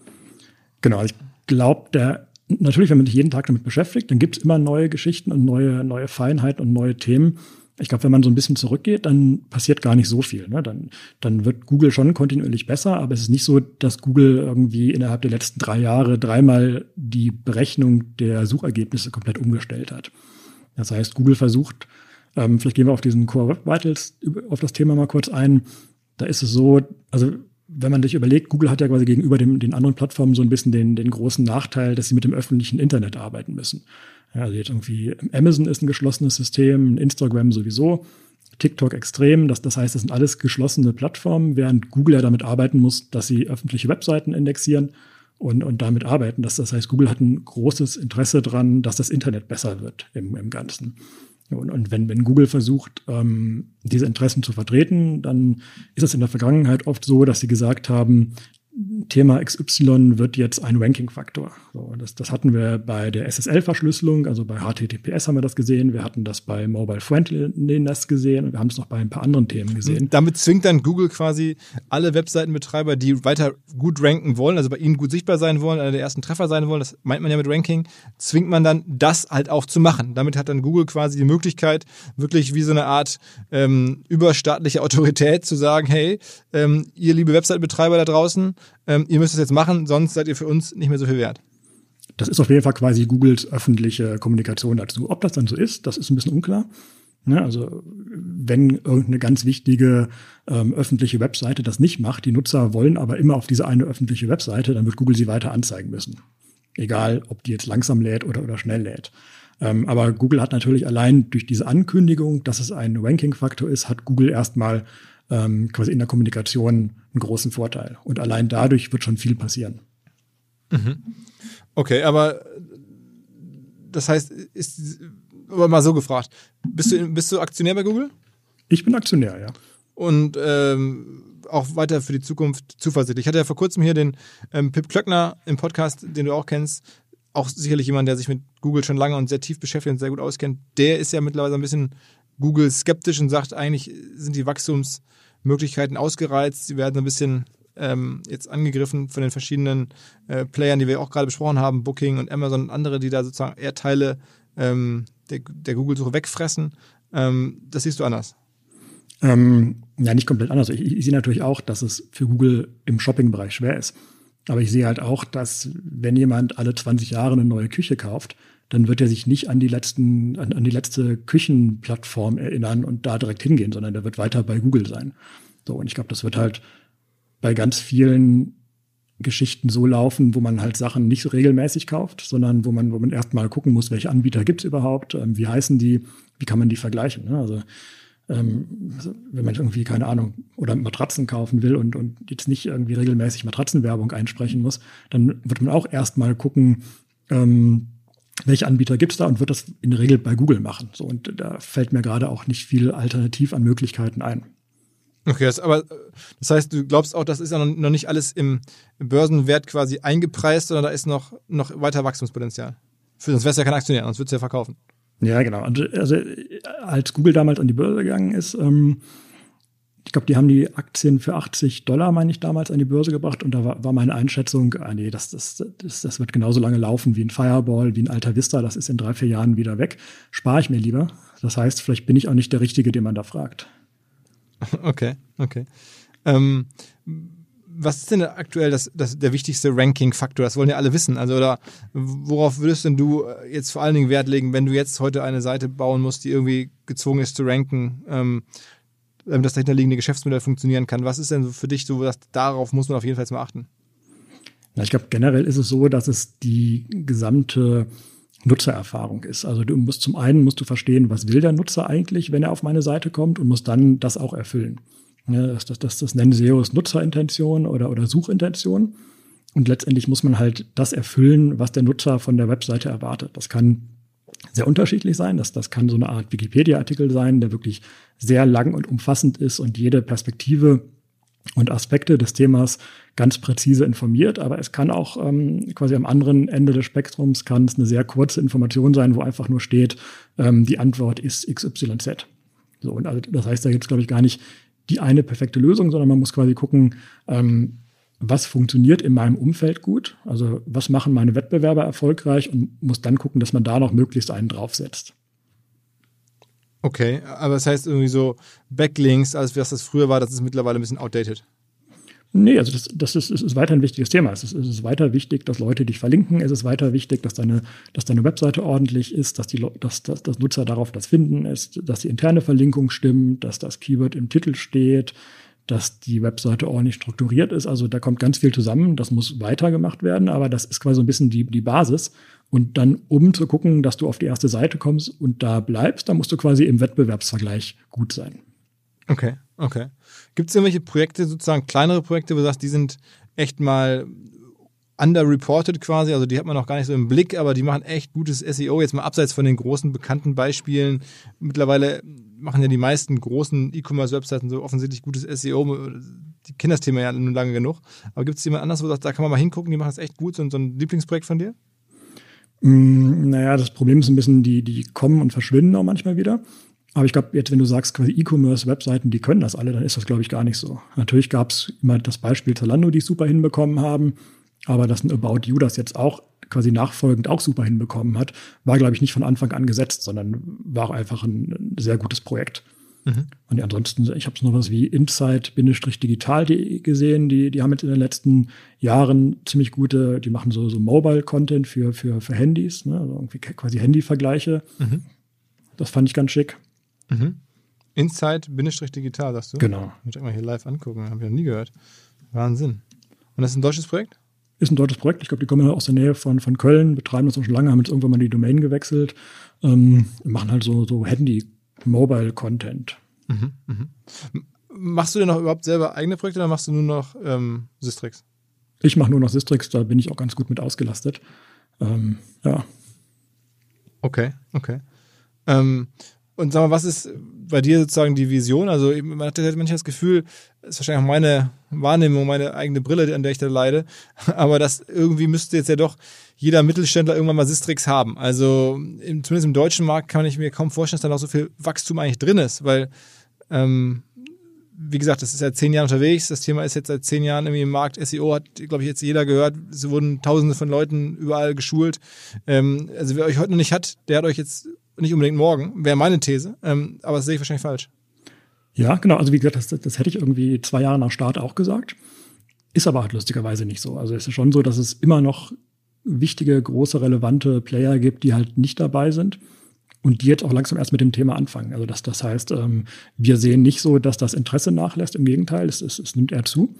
Genau, ich glaube, natürlich, wenn man sich jeden Tag damit beschäftigt, dann gibt es immer neue Geschichten und neue Feinheiten und neue Themen. Ich glaube, wenn man so ein bisschen zurückgeht, dann passiert gar nicht so viel. Ne? Dann wird Google schon kontinuierlich besser, aber es ist nicht so, dass Google irgendwie innerhalb der letzten 3 Jahre dreimal die Berechnung der Suchergebnisse komplett umgestellt hat. Das heißt, Google versucht, vielleicht gehen wir auf diesen Core Web Vitals, auf das Thema mal kurz ein. Da ist es so, also wenn man sich überlegt, Google hat ja quasi gegenüber den anderen Plattformen so ein bisschen den großen Nachteil, dass sie mit dem öffentlichen Internet arbeiten müssen. Ja, also jetzt irgendwie Amazon ist ein geschlossenes System, Instagram sowieso, TikTok extrem. Das heißt, das sind alles geschlossene Plattformen, während Google ja damit arbeiten muss, dass sie öffentliche Webseiten indexieren und damit arbeiten. Das heißt, Google hat ein großes Interesse dran, dass das Internet besser wird im Ganzen. Und wenn Google versucht, diese Interessen zu vertreten, dann ist es in der Vergangenheit oft so, dass sie gesagt haben, Thema XY wird jetzt ein Ranking-Faktor. So, das hatten wir bei der SSL-Verschlüsselung, also bei HTTPS haben wir das gesehen, wir hatten das bei Mobile Friendliness gesehen und wir haben es noch bei ein paar anderen Themen gesehen. Damit zwingt dann Google quasi alle Webseitenbetreiber, die weiter gut ranken wollen, also bei ihnen gut sichtbar sein wollen, einer der ersten Treffer sein wollen, das meint man ja mit Ranking, zwingt man dann das halt auch zu machen. Damit hat dann Google quasi die Möglichkeit, wirklich wie so eine Art überstaatliche Autorität zu sagen, hey, ihr liebe Webseitenbetreiber da draußen, ihr müsst es jetzt machen, sonst seid ihr für uns nicht mehr so viel wert. Das ist auf jeden Fall quasi Googles öffentliche Kommunikation dazu. Ob das dann so ist, das ist ein bisschen unklar. Ne, also wenn irgendeine ganz wichtige öffentliche Webseite das nicht macht, die Nutzer wollen aber immer auf diese eine öffentliche Webseite, dann wird Google sie weiter anzeigen müssen. Egal, ob die jetzt langsam lädt oder schnell lädt. Aber Google hat natürlich allein durch diese Ankündigung, dass es ein Ranking-Faktor ist, hat Google erstmal quasi in der Kommunikation einen großen Vorteil. Und allein dadurch wird schon viel passieren. Mhm. Okay, aber das heißt, aber mal so gefragt, bist du Aktionär bei Google? Ich bin Aktionär, ja. Und auch weiter für die Zukunft zuversichtlich. Ich hatte ja vor kurzem hier den Pip Klöckner im Podcast, den du auch kennst, auch sicherlich jemand, der sich mit Google schon lange und sehr tief beschäftigt und sehr gut auskennt. Der ist ja mittlerweile ein bisschen Google skeptisch und sagt, eigentlich sind die Wachstumsmöglichkeiten ausgereizt. Sie werden ein bisschen jetzt angegriffen von den verschiedenen Playern, die wir auch gerade besprochen haben, Booking und Amazon und andere, die da sozusagen eher Teile der Google-Suche wegfressen. Das siehst du anders? Ja, nicht komplett anders. Ich sehe natürlich auch, dass es für Google im Shopping-Bereich schwer ist. Aber ich sehe halt auch, dass wenn jemand alle 20 Jahre eine neue Küche kauft, dann wird er sich nicht an die letzte Küchenplattform erinnern und da direkt hingehen, sondern der wird weiter bei Google sein. So, und ich glaube, das wird halt bei ganz vielen Geschichten so laufen, wo man halt Sachen nicht so regelmäßig kauft, sondern wo man erstmal gucken muss, welche Anbieter gibt's überhaupt, wie heißen die, wie kann man die vergleichen. Ne? Also wenn man irgendwie, keine Ahnung, oder Matratzen kaufen will und jetzt nicht irgendwie regelmäßig Matratzenwerbung einsprechen muss, dann wird man auch erstmal gucken, welche Anbieter gibt's da und wird das in der Regel bei Google machen. So, und da fällt mir gerade auch nicht viel alternativ an Möglichkeiten ein. Okay, das heißt, du glaubst auch, das ist ja noch nicht alles im Börsenwert quasi eingepreist, sondern da ist noch weiter Wachstumspotenzial. Sonst wär's ja kein Aktionär, sonst würdest du ja verkaufen. Ja, genau. Also als Google damals an die Börse gegangen ist, ich glaube, die haben die Aktien für $80, meine ich, damals an die Börse gebracht. Und da war meine Einschätzung, nee, das wird genauso lange laufen wie ein Fireball, wie ein Alta Vista. Das ist in 3-4 Jahren wieder weg. Spare ich mir lieber. Das heißt, vielleicht bin ich auch nicht der Richtige, den man da fragt. Okay. Was ist denn aktuell der wichtigste Ranking-Faktor? Das wollen ja alle wissen. Also, oder worauf würdest denn du jetzt vor allen Dingen Wert legen, wenn du jetzt heute eine Seite bauen musst, die irgendwie gezwungen ist zu ranken, damit das dahinterliegende Geschäftsmodell funktionieren kann? Was ist denn so für dich so, dass darauf muss man auf jeden Fall mal achten? Ja, ich glaube, generell ist es so, dass es die gesamte Nutzererfahrung ist. Also zum einen musst du verstehen, was will der Nutzer eigentlich, wenn er auf meine Seite kommt, und musst dann das auch erfüllen. Ja, das nennen SEOs Nutzerintention oder Suchintention. Und letztendlich muss man halt das erfüllen, was der Nutzer von der Webseite erwartet. Das kann sehr unterschiedlich sein. Das kann so eine Art Wikipedia-Artikel sein, der wirklich sehr lang und umfassend ist und jede Perspektive und Aspekte des Themas ganz präzise informiert. Aber es kann auch quasi am anderen Ende des Spektrums kann es eine sehr kurze Information sein, wo einfach nur steht, die Antwort ist XYZ. So, und also das heißt, da gibt es, glaube ich, gar nicht die eine perfekte Lösung, sondern man muss quasi gucken, was funktioniert in meinem Umfeld gut, also was machen meine Wettbewerber erfolgreich, und muss dann gucken, dass man da noch möglichst einen draufsetzt. Okay, aber das heißt irgendwie so Backlinks, als was das früher war, das ist mittlerweile ein bisschen outdated. Nee, also das ist weiter ein wichtiges Thema. Es ist weiter wichtig, dass Leute dich verlinken. Es ist weiter wichtig, dass deine Webseite ordentlich ist, dass Nutzer darauf das finden, dass die interne Verlinkung stimmt, dass das Keyword im Titel steht, dass die Webseite ordentlich strukturiert ist. Also da kommt ganz viel zusammen. Das muss weitergemacht werden, aber das ist quasi so ein bisschen die Basis. Und dann, um zu gucken, dass du auf die erste Seite kommst und da bleibst, da musst du quasi im Wettbewerbsvergleich gut sein. Okay. Gibt es irgendwelche Projekte, sozusagen kleinere Projekte, wo du sagst, die sind echt mal underreported quasi, also die hat man noch gar nicht so im Blick, aber die machen echt gutes SEO, jetzt mal abseits von den großen bekannten Beispielen. Mittlerweile machen ja die meisten großen E-Commerce-Webseiten so offensichtlich gutes SEO. Die kennen das Thema ja nun lange genug. Aber gibt es jemand anders, wo du sagst, da kann man mal hingucken, die machen das echt gut, so ein Lieblingsprojekt von dir? Naja, das Problem ist ein bisschen, die kommen und verschwinden auch manchmal wieder. Aber ich glaube, jetzt, wenn du sagst, quasi E-Commerce-Webseiten, die können das alle, dann ist das, glaube ich, gar nicht so. Natürlich gab es immer das Beispiel Zalando, die es super hinbekommen haben. Aber dass ein About You das jetzt auch quasi nachfolgend auch super hinbekommen hat, war, glaube ich, nicht von Anfang an gesetzt, sondern war auch einfach ein sehr gutes Projekt. Mhm. Und ja, ansonsten, ich habe noch was wie Insight-digital.de gesehen, die haben jetzt in den letzten Jahren ziemlich gute, die machen so Mobile-Content für Handys, ne? Also irgendwie quasi Handy-Vergleiche. Mhm. Das fand ich ganz schick. Mhm. Insight-digital, sagst du? Genau. Ich muss mal hier live angucken, habe ich noch nie gehört. Wahnsinn. Und das ist ein deutsches Projekt? Ist ein deutsches Projekt. Ich glaube, die kommen aus der Nähe von Köln, betreiben das auch schon lange, haben jetzt irgendwann mal die Domain gewechselt, machen halt so Handy-Mobile-Content. Mhm, mhm. Machst du denn noch überhaupt selber eigene Projekte oder machst du nur noch Sistrix? Ich mache nur noch Sistrix, da bin ich auch ganz gut mit ausgelastet. Ja. Okay. Und sag mal, was ist bei dir sozusagen die Vision? Also man hat manchmal das Gefühl, das ist wahrscheinlich auch meine Wahrnehmung, meine eigene Brille, an der ich da leide, aber das irgendwie müsste jetzt ja doch jeder Mittelständler irgendwann mal Sistrix haben. Also zumindest im deutschen Markt kann ich mir kaum vorstellen, dass da noch so viel Wachstum eigentlich drin ist, weil wie gesagt, das ist seit 10 Jahren unterwegs, das Thema ist jetzt seit 10 Jahren irgendwie im Markt, SEO hat, glaube ich, jetzt jeder gehört, es wurden Tausende von Leuten überall geschult. Also wer euch heute noch nicht hat, der hat euch jetzt nicht unbedingt morgen, wäre meine These, aber das sehe ich wahrscheinlich falsch. Ja, genau, also wie gesagt, das hätte ich irgendwie 2 Jahre nach Start auch gesagt, ist aber halt lustigerweise nicht so. Also es ist schon so, dass es immer noch wichtige, große, relevante Player gibt, die halt nicht dabei sind und die jetzt auch langsam erst mit dem Thema anfangen. Also das heißt, wir sehen nicht so, dass das Interesse nachlässt, im Gegenteil, es nimmt eher zu.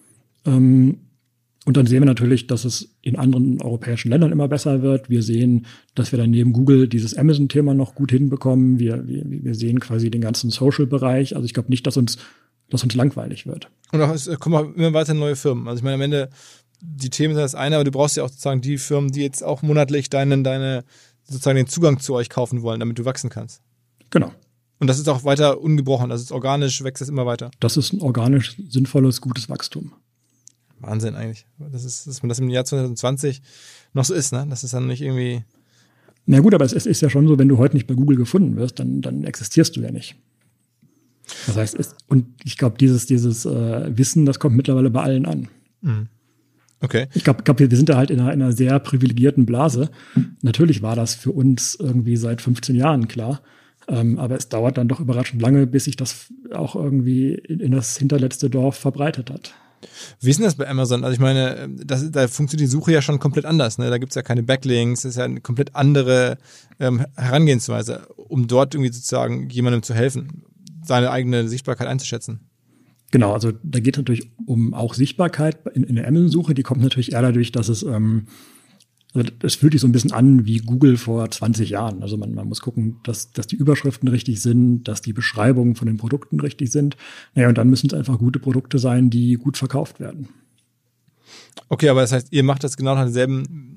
Und dann sehen wir natürlich, dass es in anderen europäischen Ländern immer besser wird. Wir sehen, dass wir dann neben Google dieses Amazon-Thema noch gut hinbekommen. Wir sehen quasi den ganzen Social-Bereich. Also ich glaube nicht, dass uns langweilig wird. Und auch, es kommen auch immer weiter neue Firmen. Also ich meine, am Ende, die Themen sind das eine, aber du brauchst ja auch sozusagen die Firmen, die jetzt auch monatlich deine sozusagen den Zugang zu euch kaufen wollen, damit du wachsen kannst. Genau. Und das ist auch weiter ungebrochen, das ist organisch, wächst das immer weiter. Das ist ein organisch sinnvolles, gutes Wachstum. Wahnsinn eigentlich, dass man das im Jahr 2020 noch so ist, ne? Das ist dann nicht irgendwie... Na gut, aber es ist ja schon so, wenn du heute nicht bei Google gefunden wirst, dann existierst du ja nicht. Das heißt, und ich glaube, dieses Wissen, das kommt mittlerweile bei allen an. Mhm. Okay. Ich glaube, wir sind da halt in einer sehr privilegierten Blase. Natürlich war das für uns irgendwie seit 15 Jahren klar. Aber es dauert dann doch überraschend lange, bis sich das auch irgendwie in das hinterletzte Dorf verbreitet hat. Wie ist denn das bei Amazon? Also ich meine, da funktioniert die Suche ja schon komplett anders. Ne? Da gibt es ja keine Backlinks, das ist ja eine komplett andere Herangehensweise, um dort irgendwie sozusagen jemandem zu helfen, seine eigene Sichtbarkeit einzuschätzen. Genau, also da geht es natürlich um auch Sichtbarkeit in der Amazon-Suche. Die kommt natürlich eher dadurch, dass es fühlt sich so ein bisschen an wie Google vor 20 Jahren. Also man muss gucken, dass die Überschriften richtig sind, dass die Beschreibungen von den Produkten richtig sind. Naja, und dann müssen es einfach gute Produkte sein, die gut verkauft werden. Okay, aber das heißt, ihr macht das genau nach denselben,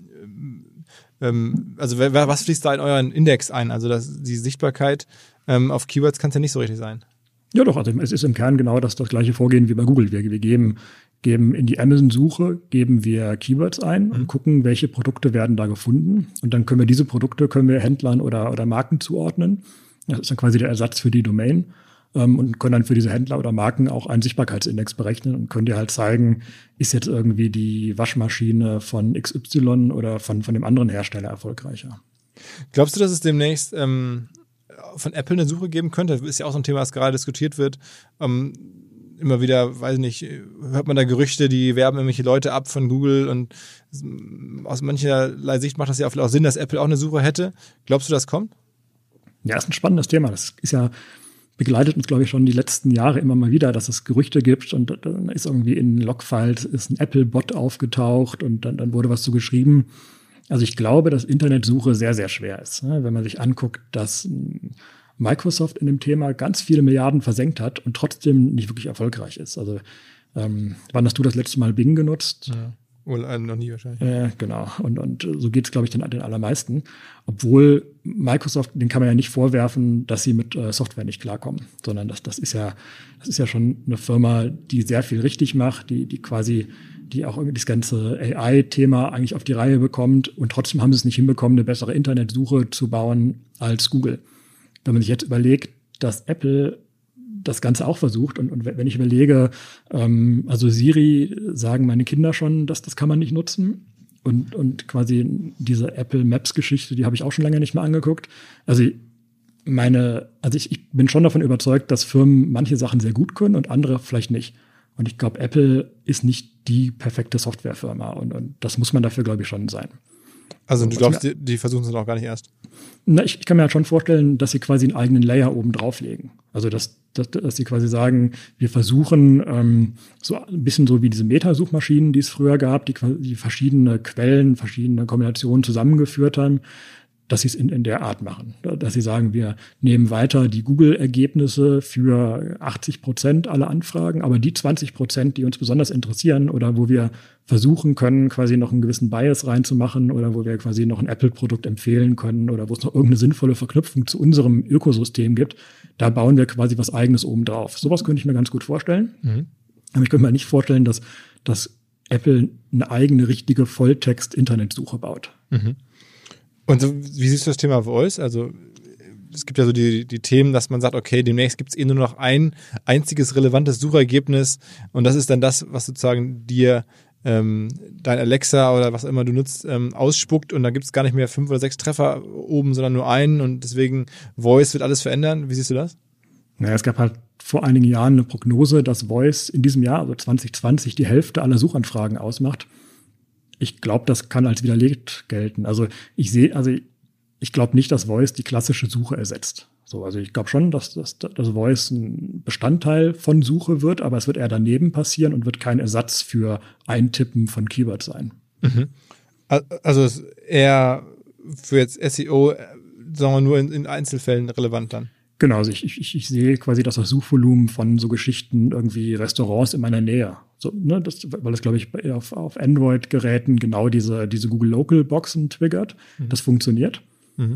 also was fließt da in euren Index ein? Also die Sichtbarkeit auf Keywords kann es ja nicht so richtig sein. Ja doch, also es ist im Kern genau das gleiche Vorgehen wie bei Google. Wir geben in die Amazon-Suche, geben wir Keywords ein und gucken, welche Produkte werden da gefunden. Und dann können wir Händlern oder Marken zuordnen. Das ist dann quasi der Ersatz für die Domain. Und können dann für diese Händler oder Marken auch einen Sichtbarkeitsindex berechnen und können dir halt zeigen, ist jetzt irgendwie die Waschmaschine von XY oder von dem anderen Hersteller erfolgreicher. Glaubst du, dass es demnächst von Apple eine Suche geben könnte? Das ist ja auch so ein Thema, das gerade diskutiert wird. Immer wieder, weiß ich nicht, hört man da Gerüchte, die werben irgendwelche Leute ab von Google und aus mancherlei Sicht macht das ja auch Sinn, dass Apple auch eine Suche hätte. Glaubst du, das kommt? Ja, ist ein spannendes Thema. Das ist ja, begleitet uns, glaube ich, schon die letzten Jahre immer mal wieder, dass es Gerüchte gibt und dann ist irgendwie in Logfiles ist ein Apple-Bot aufgetaucht und dann wurde was zu geschrieben. Also ich glaube, dass Internetsuche sehr, sehr schwer ist. Wenn man sich anguckt, dass Microsoft in dem Thema ganz viele Milliarden versenkt hat und trotzdem nicht wirklich erfolgreich ist. Also wann hast du das letzte Mal Bing genutzt? Ja. Wohl noch nie wahrscheinlich. Genau. Und so geht es, glaube ich, den allermeisten. Obwohl Microsoft, den kann man ja nicht vorwerfen, dass sie mit Software nicht klarkommen, sondern das ist ja schon eine Firma, die sehr viel richtig macht, die auch irgendwie das ganze AI-Thema eigentlich auf die Reihe bekommt und trotzdem haben sie es nicht hinbekommen, eine bessere Internetsuche zu bauen als Google. Wenn man sich jetzt überlegt, dass Apple das Ganze auch versucht und wenn ich überlege, also Siri sagen meine Kinder schon, dass das kann man nicht nutzen und quasi diese Apple Maps-Geschichte, die habe ich auch schon lange nicht mehr angeguckt. Also ich bin schon davon überzeugt, dass Firmen manche Sachen sehr gut können und andere vielleicht nicht. Und ich glaube, Apple ist nicht die perfekte Softwarefirma und das muss man dafür, glaube ich, schon sein. Also du glaubst, die versuchen es dann auch gar nicht erst? Na, ich kann mir halt schon vorstellen, dass sie quasi einen eigenen Layer oben drauflegen. Also dass sie quasi sagen, wir versuchen so ein bisschen so wie diese Meta-Suchmaschinen, die es früher gab, die verschiedene Quellen, verschiedene Kombinationen zusammengeführt haben, dass sie es in der Art machen. Dass sie sagen, wir nehmen weiter die Google-Ergebnisse für 80% aller Anfragen, aber die 20%, die uns besonders interessieren oder wo wir versuchen können, quasi noch einen gewissen Bias reinzumachen oder wo wir quasi noch ein Apple-Produkt empfehlen können oder wo es noch irgendeine sinnvolle Verknüpfung zu unserem Ökosystem gibt, da bauen wir quasi was Eigenes oben drauf. Sowas könnte ich mir ganz gut vorstellen. Mhm. Aber ich könnte mir nicht vorstellen, dass Apple eine eigene, richtige Volltext-Internetsuche baut. Mhm. Und so, wie siehst du das Thema Voice? Also es gibt ja so die Themen, dass man sagt, okay, demnächst gibt es nur noch ein einziges relevantes Suchergebnis und das ist dann das, was sozusagen dir dein Alexa oder was immer du nutzt, ausspuckt und da gibt es gar nicht mehr 5 oder 6 Treffer oben, sondern nur einen und deswegen Voice wird alles verändern. Wie siehst du das? Naja, es gab halt vor einigen Jahren eine Prognose, dass Voice in diesem Jahr, also 2020, die Hälfte aller Suchanfragen ausmacht. Ich glaube, das kann als widerlegt gelten. Also ich glaube nicht, dass Voice die klassische Suche ersetzt. So, also ich glaube schon, dass Voice ein Bestandteil von Suche wird, aber es wird eher daneben passieren und wird kein Ersatz für Eintippen von Keywords sein. Mhm. Also ist eher für jetzt SEO, sagen wir nur in Einzelfällen relevant dann. Genau, also ich sehe quasi das Suchvolumen von so Geschichten irgendwie Restaurants in meiner Nähe. So, ne, weil das, glaube ich, auf Android-Geräten genau diese Google Local Boxen triggert. Mhm. Das funktioniert. Mhm.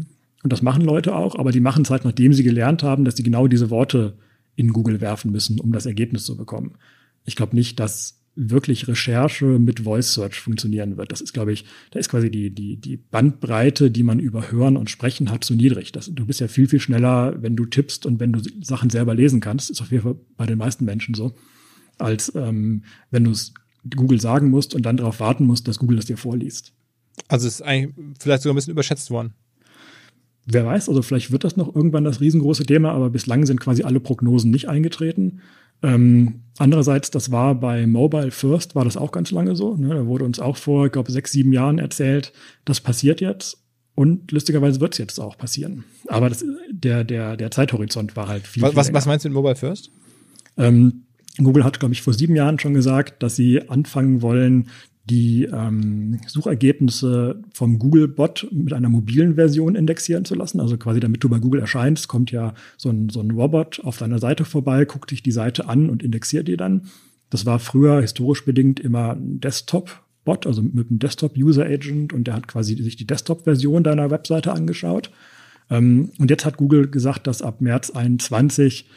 Und das machen Leute auch, aber die machen es halt, nachdem sie gelernt haben, dass sie genau diese Worte in Google werfen müssen, um das Ergebnis zu bekommen. Ich glaube nicht, dass wirklich Recherche mit Voice Search funktionieren wird. Das ist, glaube ich, da ist quasi die Bandbreite, die man über Hören und Sprechen hat, zu niedrig. Du bist ja viel, viel schneller, wenn du tippst und wenn du Sachen selber lesen kannst. Ist auf jeden Fall bei den meisten Menschen so, als wenn du es Google sagen musst und dann darauf warten musst, dass Google es dir vorliest. Also es ist eigentlich vielleicht sogar ein bisschen überschätzt worden. Wer weiß, also vielleicht wird das noch irgendwann das riesengroße Thema, aber bislang sind quasi alle Prognosen nicht eingetreten. Andererseits, das war bei Mobile First, war das auch ganz lange so. Ne? Da wurde uns auch vor, ich glaube, 6, 7 Jahren erzählt, das passiert jetzt. Und lustigerweise wird es jetzt auch passieren. Aber der Zeithorizont war halt viel, was meinst du mit Mobile First? Google hat, glaube ich, vor 7 Jahren schon gesagt, dass sie anfangen wollen, die Suchergebnisse vom Google-Bot mit einer mobilen Version indexieren zu lassen. Also quasi, damit du bei Google erscheinst, kommt ja so ein Robot auf deiner Seite vorbei, guckt dich die Seite an und indexiert die dann. Das war früher historisch bedingt immer ein Desktop-Bot, also mit einem Desktop-User-Agent, und der hat quasi sich die Desktop-Version deiner Webseite angeschaut. Und jetzt hat Google gesagt, dass ab März 2021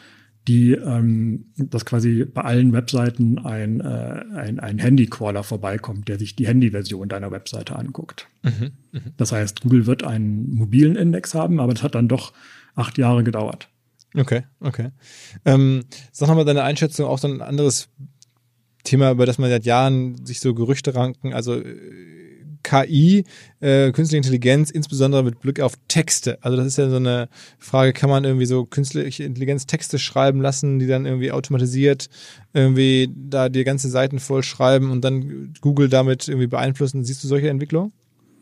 dass quasi bei allen Webseiten ein Handy-Crawler vorbeikommt, der sich die Handy-Version deiner Webseite anguckt. Das heißt, Google wird einen mobilen Index haben, aber das hat dann doch 8 Jahre gedauert. Okay. Sag nochmal deine Einschätzung, auch so ein anderes Thema, über das man seit Jahren sich so Gerüchte ranken, also KI, künstliche Intelligenz, insbesondere mit Blick auf Texte. Also das ist ja so eine Frage, kann man irgendwie so künstliche Intelligenz Texte schreiben lassen, die dann irgendwie automatisiert irgendwie da die ganze Seiten voll schreiben und dann Google damit irgendwie beeinflussen. Siehst du solche Entwicklungen?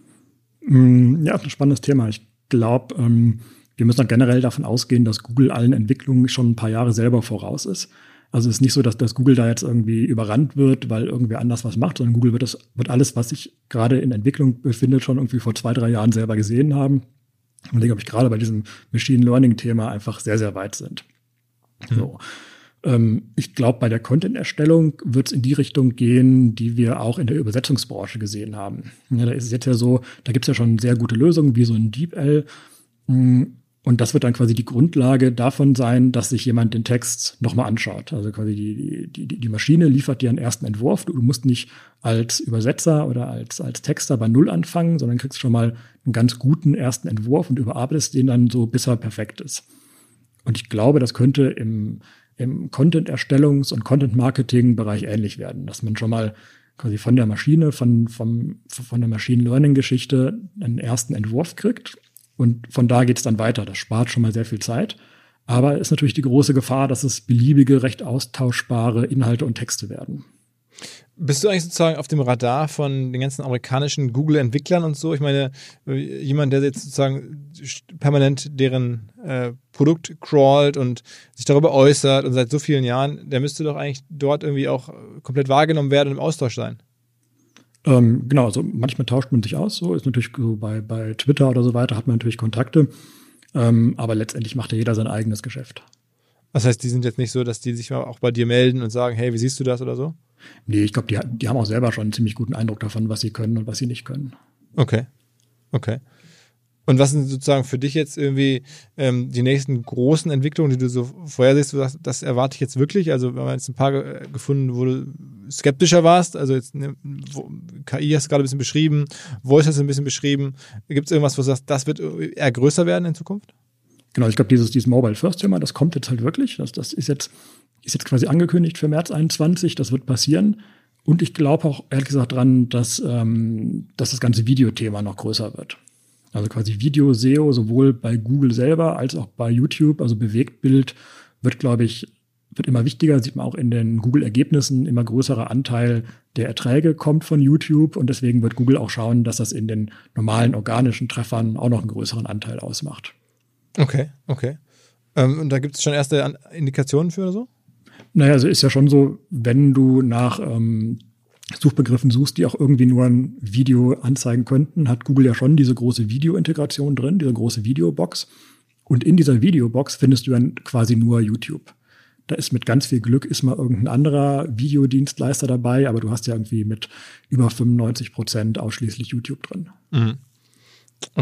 Ja, das ist ein spannendes Thema. Ich glaube, wir müssen auch generell davon ausgehen, dass Google allen Entwicklungen schon ein paar Jahre selber voraus ist. Also es ist nicht so, dass Google da jetzt irgendwie überrannt wird, weil irgendwer anders was macht, sondern Google wird alles, was sich gerade in Entwicklung befindet, schon irgendwie vor 2, 3 Jahren selber gesehen haben. Und ich glaube, gerade bei diesem Machine Learning-Thema einfach sehr, sehr weit sind. So. Ich glaube, bei der Content-Erstellung wird es in die Richtung gehen, die wir auch in der Übersetzungsbranche gesehen haben. Ja, da ist es jetzt ja so, da gibt es ja schon sehr gute Lösungen, wie so ein DeepL. Und das wird dann quasi die Grundlage davon sein, dass sich jemand den Text nochmal anschaut. Also quasi die Maschine liefert dir einen ersten Entwurf. Du musst nicht als Übersetzer oder als Texter bei Null anfangen, sondern kriegst schon mal einen ganz guten ersten Entwurf und überarbeitest den dann so, bis er perfekt ist. Und ich glaube, das könnte im Content-Erstellungs- und Content-Marketing-Bereich ähnlich werden, dass man schon mal quasi von der Maschine, von der Machine-Learning-Geschichte einen ersten Entwurf kriegt. Und von da geht es dann weiter. Das spart schon mal sehr viel Zeit. Aber ist natürlich die große Gefahr, dass es beliebige, recht austauschbare Inhalte und Texte werden. Bist du eigentlich sozusagen auf dem Radar von den ganzen amerikanischen Google-Entwicklern und so? Ich meine, jemand, der jetzt sozusagen permanent deren Produkt crawlt und sich darüber äußert und seit so vielen Jahren, der müsste doch eigentlich dort irgendwie auch komplett wahrgenommen werden und im Austausch sein. Genau, also manchmal tauscht man sich aus, so ist natürlich so bei Twitter oder so weiter hat man natürlich Kontakte, aber letztendlich macht ja jeder sein eigenes Geschäft. Das heißt, die sind jetzt nicht so, dass die sich mal auch bei dir melden und sagen, hey, wie siehst du das oder so? Nee, ich glaube, die haben auch selber schon einen ziemlich guten Eindruck davon, was sie können und was sie nicht können. Okay. Und was sind sozusagen für dich jetzt irgendwie die nächsten großen Entwicklungen, die du so vorhersiehst, du sagst, das erwarte ich jetzt wirklich? Also wir haben jetzt ein paar gefunden, wo du skeptischer warst, also jetzt KI hast du gerade ein bisschen beschrieben, Voice hast du ein bisschen beschrieben. Gibt es irgendwas, wo du sagst, das wird eher größer werden in Zukunft? Genau, ich glaube, dieses Mobile-First-Thema, das kommt jetzt halt wirklich. Das ist jetzt quasi angekündigt für März 2021, das wird passieren. Und ich glaube auch ehrlich gesagt dran, dass das ganze Videothema noch größer wird. Also quasi Video-SEO sowohl bei Google selber als auch bei YouTube, also Bewegtbild wird immer wichtiger, sieht man auch in den Google-Ergebnissen, immer größerer Anteil der Erträge kommt von YouTube und deswegen wird Google auch schauen, dass das in den normalen organischen Treffern auch noch einen größeren Anteil ausmacht. Okay. Und da gibt es schon erste Indikationen für oder so? Naja, also ist ja schon so, wenn du nach Suchbegriffen suchst, die auch irgendwie nur ein Video anzeigen könnten, hat Google ja schon diese große Video-Integration drin, diese große Videobox. Und in dieser Videobox findest du dann quasi nur YouTube. Da ist mit ganz viel Glück mal irgendein anderer Videodienstleister dabei, aber du hast ja irgendwie mit über 95% ausschließlich YouTube drin. Mhm. Okay.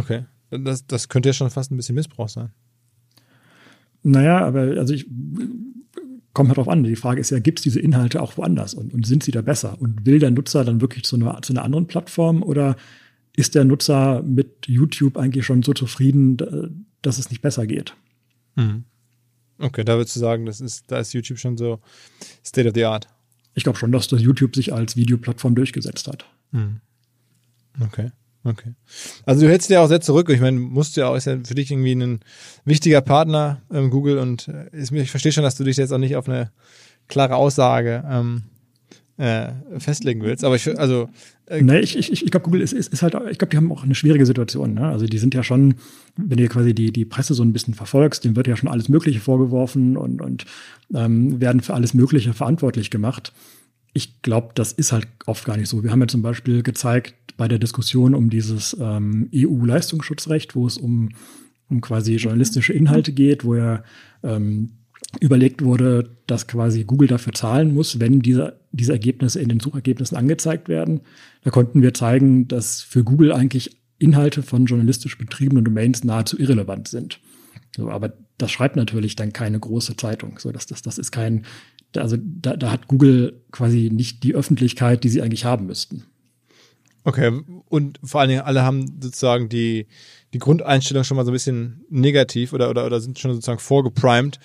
das könnte ja schon fast ein bisschen Missbrauch sein. Naja, aber also kommt halt drauf an. Die Frage ist ja, gibt es diese Inhalte auch woanders und sind sie da besser? Und will der Nutzer dann wirklich zu einer anderen Plattform oder ist der Nutzer mit YouTube eigentlich schon so zufrieden, dass es nicht besser geht? Okay, da würdest du sagen, da ist YouTube schon so State of the Art. Ich glaube schon, dass das YouTube sich als Videoplattform durchgesetzt hat. Okay. Also du hältst dir auch sehr zurück. Ich meine, ist ja für dich irgendwie ein wichtiger Partner, Google, und ich verstehe schon, dass du dich jetzt auch nicht auf eine klare Aussage festlegen willst. Aber ich glaube, Google ist halt, ich glaube, die haben auch eine schwierige Situation. Ne? Also die sind ja schon, wenn du quasi die Presse so ein bisschen verfolgst, denen wird ja schon alles Mögliche vorgeworfen und werden für alles Mögliche verantwortlich gemacht. Ich glaube, das ist halt oft gar nicht so. Wir haben ja zum Beispiel gezeigt bei der Diskussion um dieses EU-Leistungsschutzrecht, wo es um quasi journalistische Inhalte geht, wo ja überlegt wurde, dass quasi Google dafür zahlen muss, wenn diese Ergebnisse in den Suchergebnissen angezeigt werden. Da konnten wir zeigen, dass für Google eigentlich Inhalte von journalistisch betriebenen Domains nahezu irrelevant sind. So, aber das schreibt natürlich dann keine große Zeitung. So, das ist kein, also da hat Google quasi nicht die Öffentlichkeit, die sie eigentlich haben müssten. Okay, und vor allen Dingen alle haben sozusagen die Grundeinstellung schon mal so ein bisschen negativ oder sind schon sozusagen vorgeprimed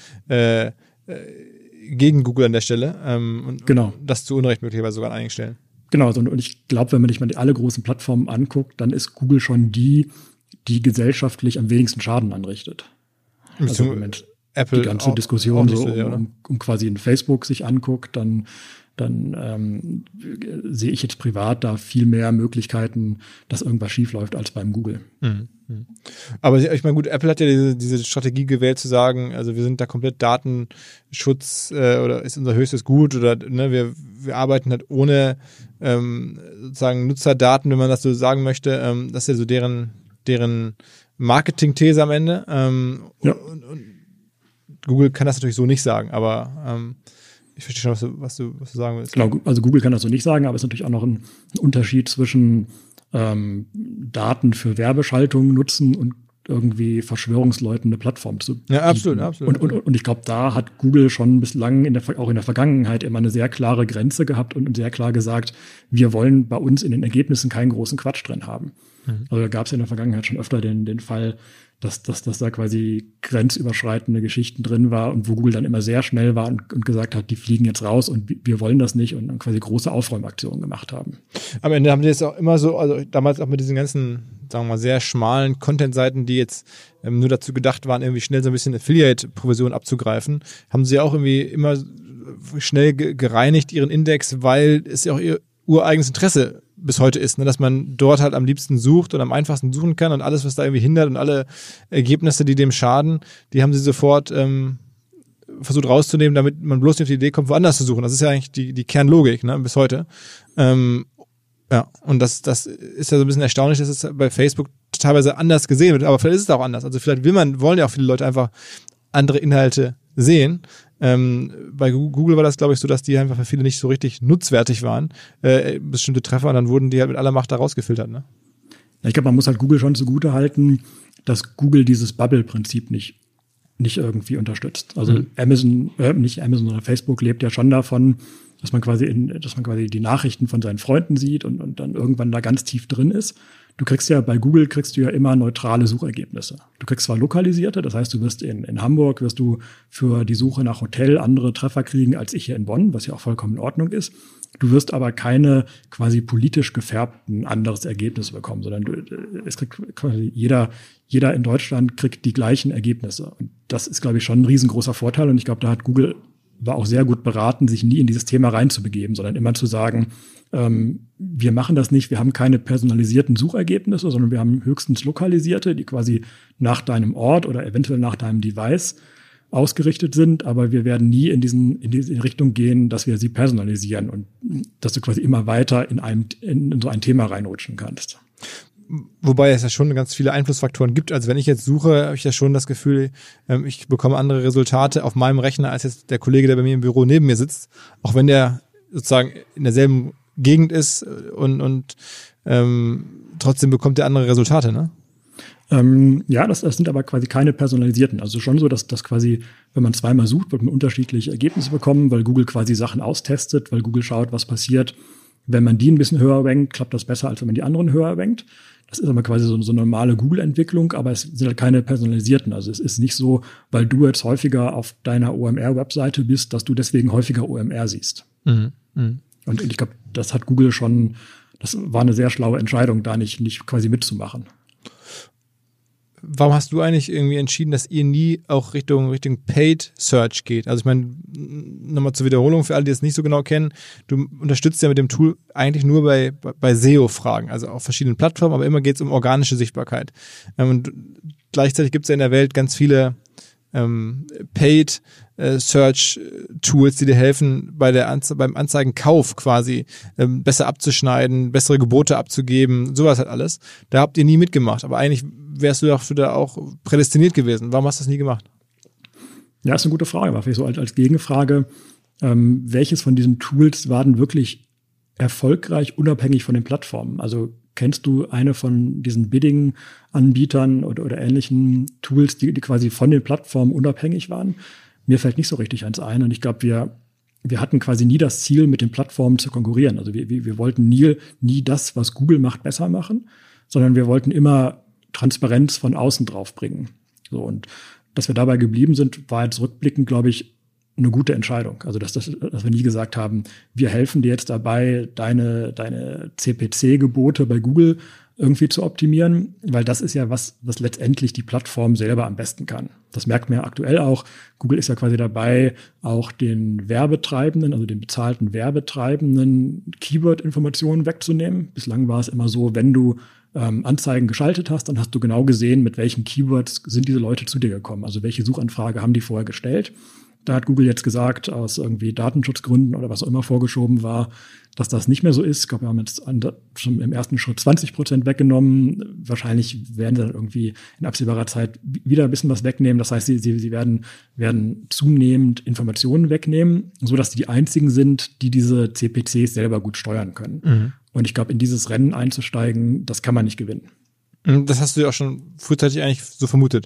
gegen Google an der Stelle. Und das zu Unrecht möglicherweise sogar an einigen Stellen. Genau, und ich glaube, wenn man sich mal alle großen Plattformen anguckt, dann ist Google schon die gesellschaftlich am wenigsten Schaden anrichtet. Also Moment, Apple die ganze Diskussion so um quasi in Facebook sich anguckt, dann sehe ich jetzt privat da viel mehr Möglichkeiten, dass irgendwas schief läuft als beim Google. Aber ich meine, gut, Apple hat ja diese Strategie gewählt zu sagen, also wir sind da komplett Datenschutz oder ist unser höchstes Gut oder ne, wir arbeiten halt ohne sozusagen Nutzerdaten, wenn man das so sagen möchte. Das ist ja so deren Marketing-These am Ende. Und Google kann das natürlich so nicht sagen, aber ich verstehe schon, was du sagen willst. Genau, also Google kann das so nicht sagen, aber es ist natürlich auch noch ein Unterschied zwischen Daten für Werbeschaltung nutzen und irgendwie Verschwörungsleuten eine Plattform zu bieten. Ja, absolut. Und ich glaube, da hat Google schon bislang auch in der Vergangenheit immer eine sehr klare Grenze gehabt und sehr klar gesagt, wir wollen bei uns in den Ergebnissen keinen großen Quatsch drin haben. Also da gab es in der Vergangenheit schon öfter den Fall, dass da quasi grenzüberschreitende Geschichten drin war und wo Google dann immer sehr schnell war und gesagt hat, die fliegen jetzt raus und wir wollen das nicht und dann quasi große Aufräumaktionen gemacht haben. Am Ende haben die jetzt auch immer so, also damals auch mit diesen ganzen, sagen wir mal, sehr schmalen Content-Seiten, die jetzt nur dazu gedacht waren, irgendwie schnell so ein bisschen Affiliate-Provision abzugreifen, haben sie auch irgendwie immer schnell gereinigt ihren Index, weil es ja auch ihr ureigenes Interesse bis heute ist, ne, dass man dort halt am liebsten sucht und am einfachsten suchen kann und alles, was da irgendwie hindert und alle Ergebnisse, die dem schaden, die haben sie sofort versucht rauszunehmen, damit man bloß nicht auf die Idee kommt, woanders zu suchen. Das ist ja eigentlich die Kernlogik, ne, bis heute. Ja, und das ist ja so ein bisschen erstaunlich, dass es bei Facebook teilweise anders gesehen wird, aber vielleicht ist es auch anders. Also vielleicht wollen ja auch viele Leute einfach andere Inhalte sehen. Bei Google war das, glaube ich, so, dass die einfach für viele nicht so richtig nutzwertig waren, bestimmte Treffer, und dann wurden die halt mit aller Macht da rausgefiltert, ne? Ja, ich glaube, man muss halt Google schon zugute halten, dass Google dieses Bubble-Prinzip nicht irgendwie unterstützt. Also nicht Amazon, sondern Facebook lebt ja schon davon, dass man quasi die Nachrichten von seinen Freunden sieht und dann irgendwann da ganz tief drin ist. Bei Google kriegst du ja immer neutrale Suchergebnisse. Du kriegst zwar lokalisierte, das heißt, du wirst in Hamburg für die Suche nach Hotel andere Treffer kriegen als ich hier in Bonn, was ja auch vollkommen in Ordnung ist. Du wirst aber keine quasi politisch gefärbten anderes Ergebnisse bekommen, sondern es kriegt quasi jeder in Deutschland kriegt die gleichen Ergebnisse. Und das ist, glaube ich, schon ein riesengroßer Vorteil. Und ich glaube, da hat Google war auch sehr gut beraten, sich nie in dieses Thema reinzubegeben, sondern immer zu sagen, wir machen das nicht, wir haben keine personalisierten Suchergebnisse, sondern wir haben höchstens lokalisierte, die quasi nach deinem Ort oder eventuell nach deinem Device ausgerichtet sind, aber wir werden nie in diese Richtung gehen, dass wir sie personalisieren und dass du quasi immer weiter in so ein Thema reinrutschen kannst. Wobei es ja schon ganz viele Einflussfaktoren gibt. Also wenn ich jetzt suche, habe ich ja schon das Gefühl, ich bekomme andere Resultate auf meinem Rechner als jetzt der Kollege, der bei mir im Büro neben mir sitzt, auch wenn der sozusagen in derselben Gegend ist und trotzdem bekommt der andere Resultate, ne? Ja, das sind aber quasi keine personalisierten. Also schon so, dass quasi, wenn man zweimal sucht, wird man unterschiedliche Ergebnisse bekommen, weil Google quasi Sachen austestet, weil Google schaut, was passiert. Wenn man die ein bisschen höher rankt, klappt das besser, als wenn man die anderen höher rankt. Das ist aber quasi so eine normale Google-Entwicklung, aber es sind halt keine personalisierten. Also es ist nicht so, weil du jetzt häufiger auf deiner OMR-Webseite bist, dass du deswegen häufiger OMR siehst. Und ich glaube, das hat Google schon, das war eine sehr schlaue Entscheidung, da nicht quasi mitzumachen. Warum hast du eigentlich irgendwie entschieden, dass ihr nie auch Richtung Paid Search geht? Also ich meine, nochmal zur Wiederholung für alle, die es nicht so genau kennen, du unterstützt ja mit dem Tool eigentlich nur bei SEO-Fragen, also auf verschiedenen Plattformen, aber immer geht es um organische Sichtbarkeit. Und gleichzeitig gibt es ja in der Welt ganz viele Paid Search Tools, die dir helfen, beim Anzeigenkauf quasi besser abzuschneiden, bessere Gebote abzugeben, sowas halt alles. Da habt ihr nie mitgemacht, aber eigentlich wärst du dafür da auch prädestiniert gewesen. Warum hast du das nie gemacht? Ja, ist eine gute Frage. War vielleicht so als Gegenfrage, welches von diesen Tools war denn wirklich erfolgreich, unabhängig von den Plattformen? Also kennst du eine von diesen Bidding-Anbietern oder ähnlichen Tools, die quasi von den Plattformen unabhängig waren? Mir fällt nicht so richtig eins ein. Und ich glaube, wir hatten quasi nie das Ziel, mit den Plattformen zu konkurrieren. Also wir wollten nie das, was Google macht, besser machen, sondern wir wollten immer Transparenz von außen drauf bringen. So, und dass wir dabei geblieben sind, war jetzt rückblickend, glaube ich, eine gute Entscheidung. Also dass wir nie gesagt haben, wir helfen dir jetzt dabei, deine CPC-Gebote bei Google irgendwie zu optimieren, weil das ist ja was letztendlich die Plattform selber am besten kann. Das merkt man ja aktuell auch. Google ist ja quasi dabei, auch den Werbetreibenden, also den bezahlten Werbetreibenden Keyword-Informationen wegzunehmen. Bislang war es immer so, wenn du Anzeigen geschaltet hast, dann hast du genau gesehen, mit welchen Keywords sind diese Leute zu dir gekommen. Also welche Suchanfrage haben die vorher gestellt. Da hat Google jetzt gesagt, aus irgendwie Datenschutzgründen oder was auch immer vorgeschoben war, dass das nicht mehr so ist. Ich glaube, wir haben jetzt schon im ersten Schritt 20% weggenommen. Wahrscheinlich werden sie dann irgendwie in absehbarer Zeit wieder ein bisschen was wegnehmen. Das heißt, sie werden zunehmend Informationen wegnehmen, sodass die einzigen sind, die diese CPCs selber gut steuern können. Und ich glaube, in dieses Rennen einzusteigen, das kann man nicht gewinnen. Das hast du ja auch schon frühzeitig eigentlich so vermutet.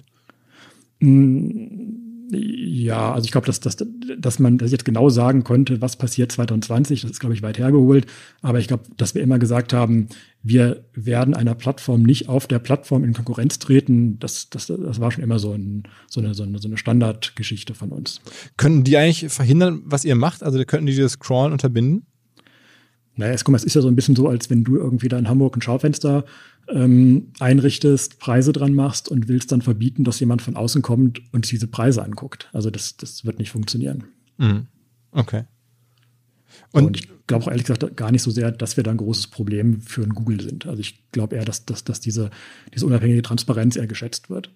Ja, also ich glaube, dass man das jetzt genau sagen konnte, was passiert 2020, das ist, glaube ich, weit hergeholt. Aber ich glaube, dass wir immer gesagt haben, wir werden einer Plattform nicht auf der Plattform in Konkurrenz treten, das war schon immer so eine Standardgeschichte von uns. Könnten die eigentlich verhindern, was ihr macht? Also könnten die das Scrollen unterbinden? Naja, es ist ja so ein bisschen so, als wenn du irgendwie da in Hamburg ein Schaufenster einrichtest, Preise dran machst und willst dann verbieten, dass jemand von außen kommt und diese Preise anguckt. Also das wird nicht funktionieren. Okay. Und ich glaube auch ehrlich gesagt gar nicht so sehr, dass wir da ein großes Problem für ein Google sind. Also ich glaube eher, dass diese unabhängige Transparenz eher geschätzt wird.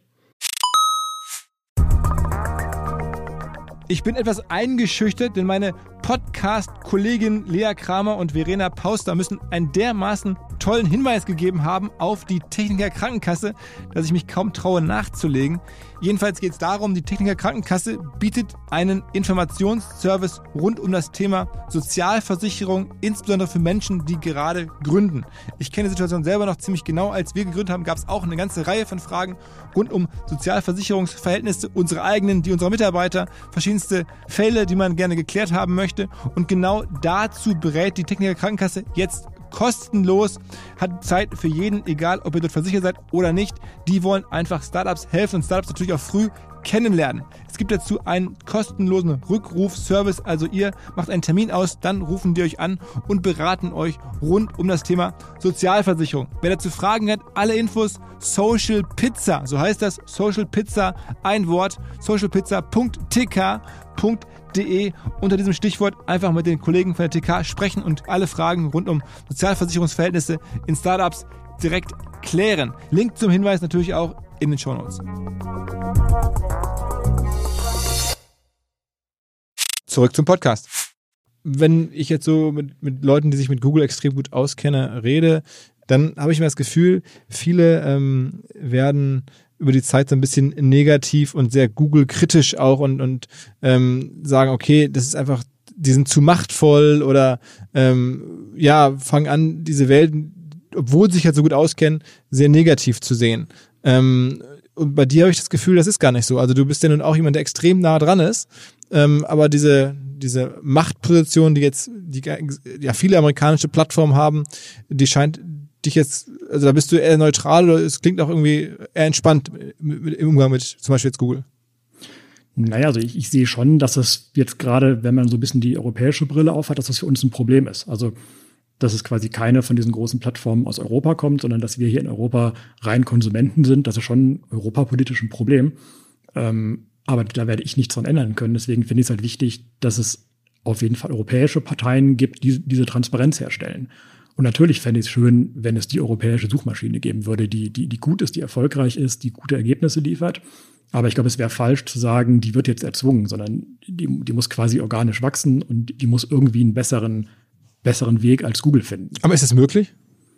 Ich bin etwas eingeschüchtert, denn meine Podcast-Kollegin Lea Kramer und Verena Pauster müssen einen dermaßen tollen Hinweis gegeben haben auf die Techniker Krankenkasse, dass ich mich kaum traue nachzulegen. Jedenfalls geht es darum, die Techniker Krankenkasse bietet einen Informationsservice rund um das Thema Sozialversicherung, insbesondere für Menschen, die gerade gründen. Ich kenne die Situation selber noch ziemlich genau. Als wir gegründet haben, gab es auch eine ganze Reihe von Fragen rund um Sozialversicherungsverhältnisse, unsere eigenen, die unserer Mitarbeiter, verschiedenste Fälle, die man gerne geklärt haben möchte. Und genau dazu berät die Techniker Krankenkasse jetzt kostenlos, hat Zeit für jeden, egal ob ihr dort versichert seid oder nicht. Die wollen einfach Startups helfen und Startups natürlich auch früh kennenlernen. Es gibt dazu einen kostenlosen Rückrufservice, also ihr macht einen Termin aus, dann rufen die euch an und beraten euch rund um das Thema Sozialversicherung. Wer dazu Fragen hat, alle Infos Social Pizza, so heißt das, Social Pizza, ein Wort, socialpizza.tk.de. Unter diesem Stichwort einfach mit den Kollegen von der TK sprechen und alle Fragen rund um Sozialversicherungsverhältnisse in Startups direkt klären. Link zum Hinweis natürlich auch in den Shownotes. Zurück zum Podcast. Wenn ich jetzt so mit Leuten, die sich mit Google extrem gut auskennen, rede, dann habe ich mir das Gefühl, viele werden über die Zeit so ein bisschen negativ und sehr Google-kritisch auch und sagen, okay, das ist einfach, die sind zu machtvoll oder fangen an, diese Welt, obwohl sie sich halt so gut auskennen, sehr negativ zu sehen. Und bei dir habe ich das Gefühl, das ist gar nicht so. Also du bist ja nun auch jemand, der extrem nah dran ist, aber diese Machtposition, die viele amerikanische Plattformen haben, die scheint dich jetzt, also da bist du eher neutral oder es klingt auch irgendwie eher entspannt im Umgang mit zum Beispiel jetzt Google. Naja, also ich sehe schon, dass das jetzt gerade, wenn man so ein bisschen die europäische Brille aufhat, dass das für uns ein Problem ist. Also, dass es quasi keine von diesen großen Plattformen aus Europa kommt, sondern dass wir hier in Europa rein Konsumenten sind. Das ist schon europapolitisch ein Problem. Aber da werde ich nichts dran ändern können. Deswegen finde ich es halt wichtig, dass es auf jeden Fall europäische Parteien gibt, die diese Transparenz herstellen. Und natürlich fände ich es schön, wenn es die europäische Suchmaschine geben würde, die gut ist, die erfolgreich ist, die gute Ergebnisse liefert. Aber ich glaube, es wäre falsch zu sagen, die wird jetzt erzwungen, sondern die muss quasi organisch wachsen und die muss irgendwie einen besseren Weg als Google finden. Aber ist das möglich?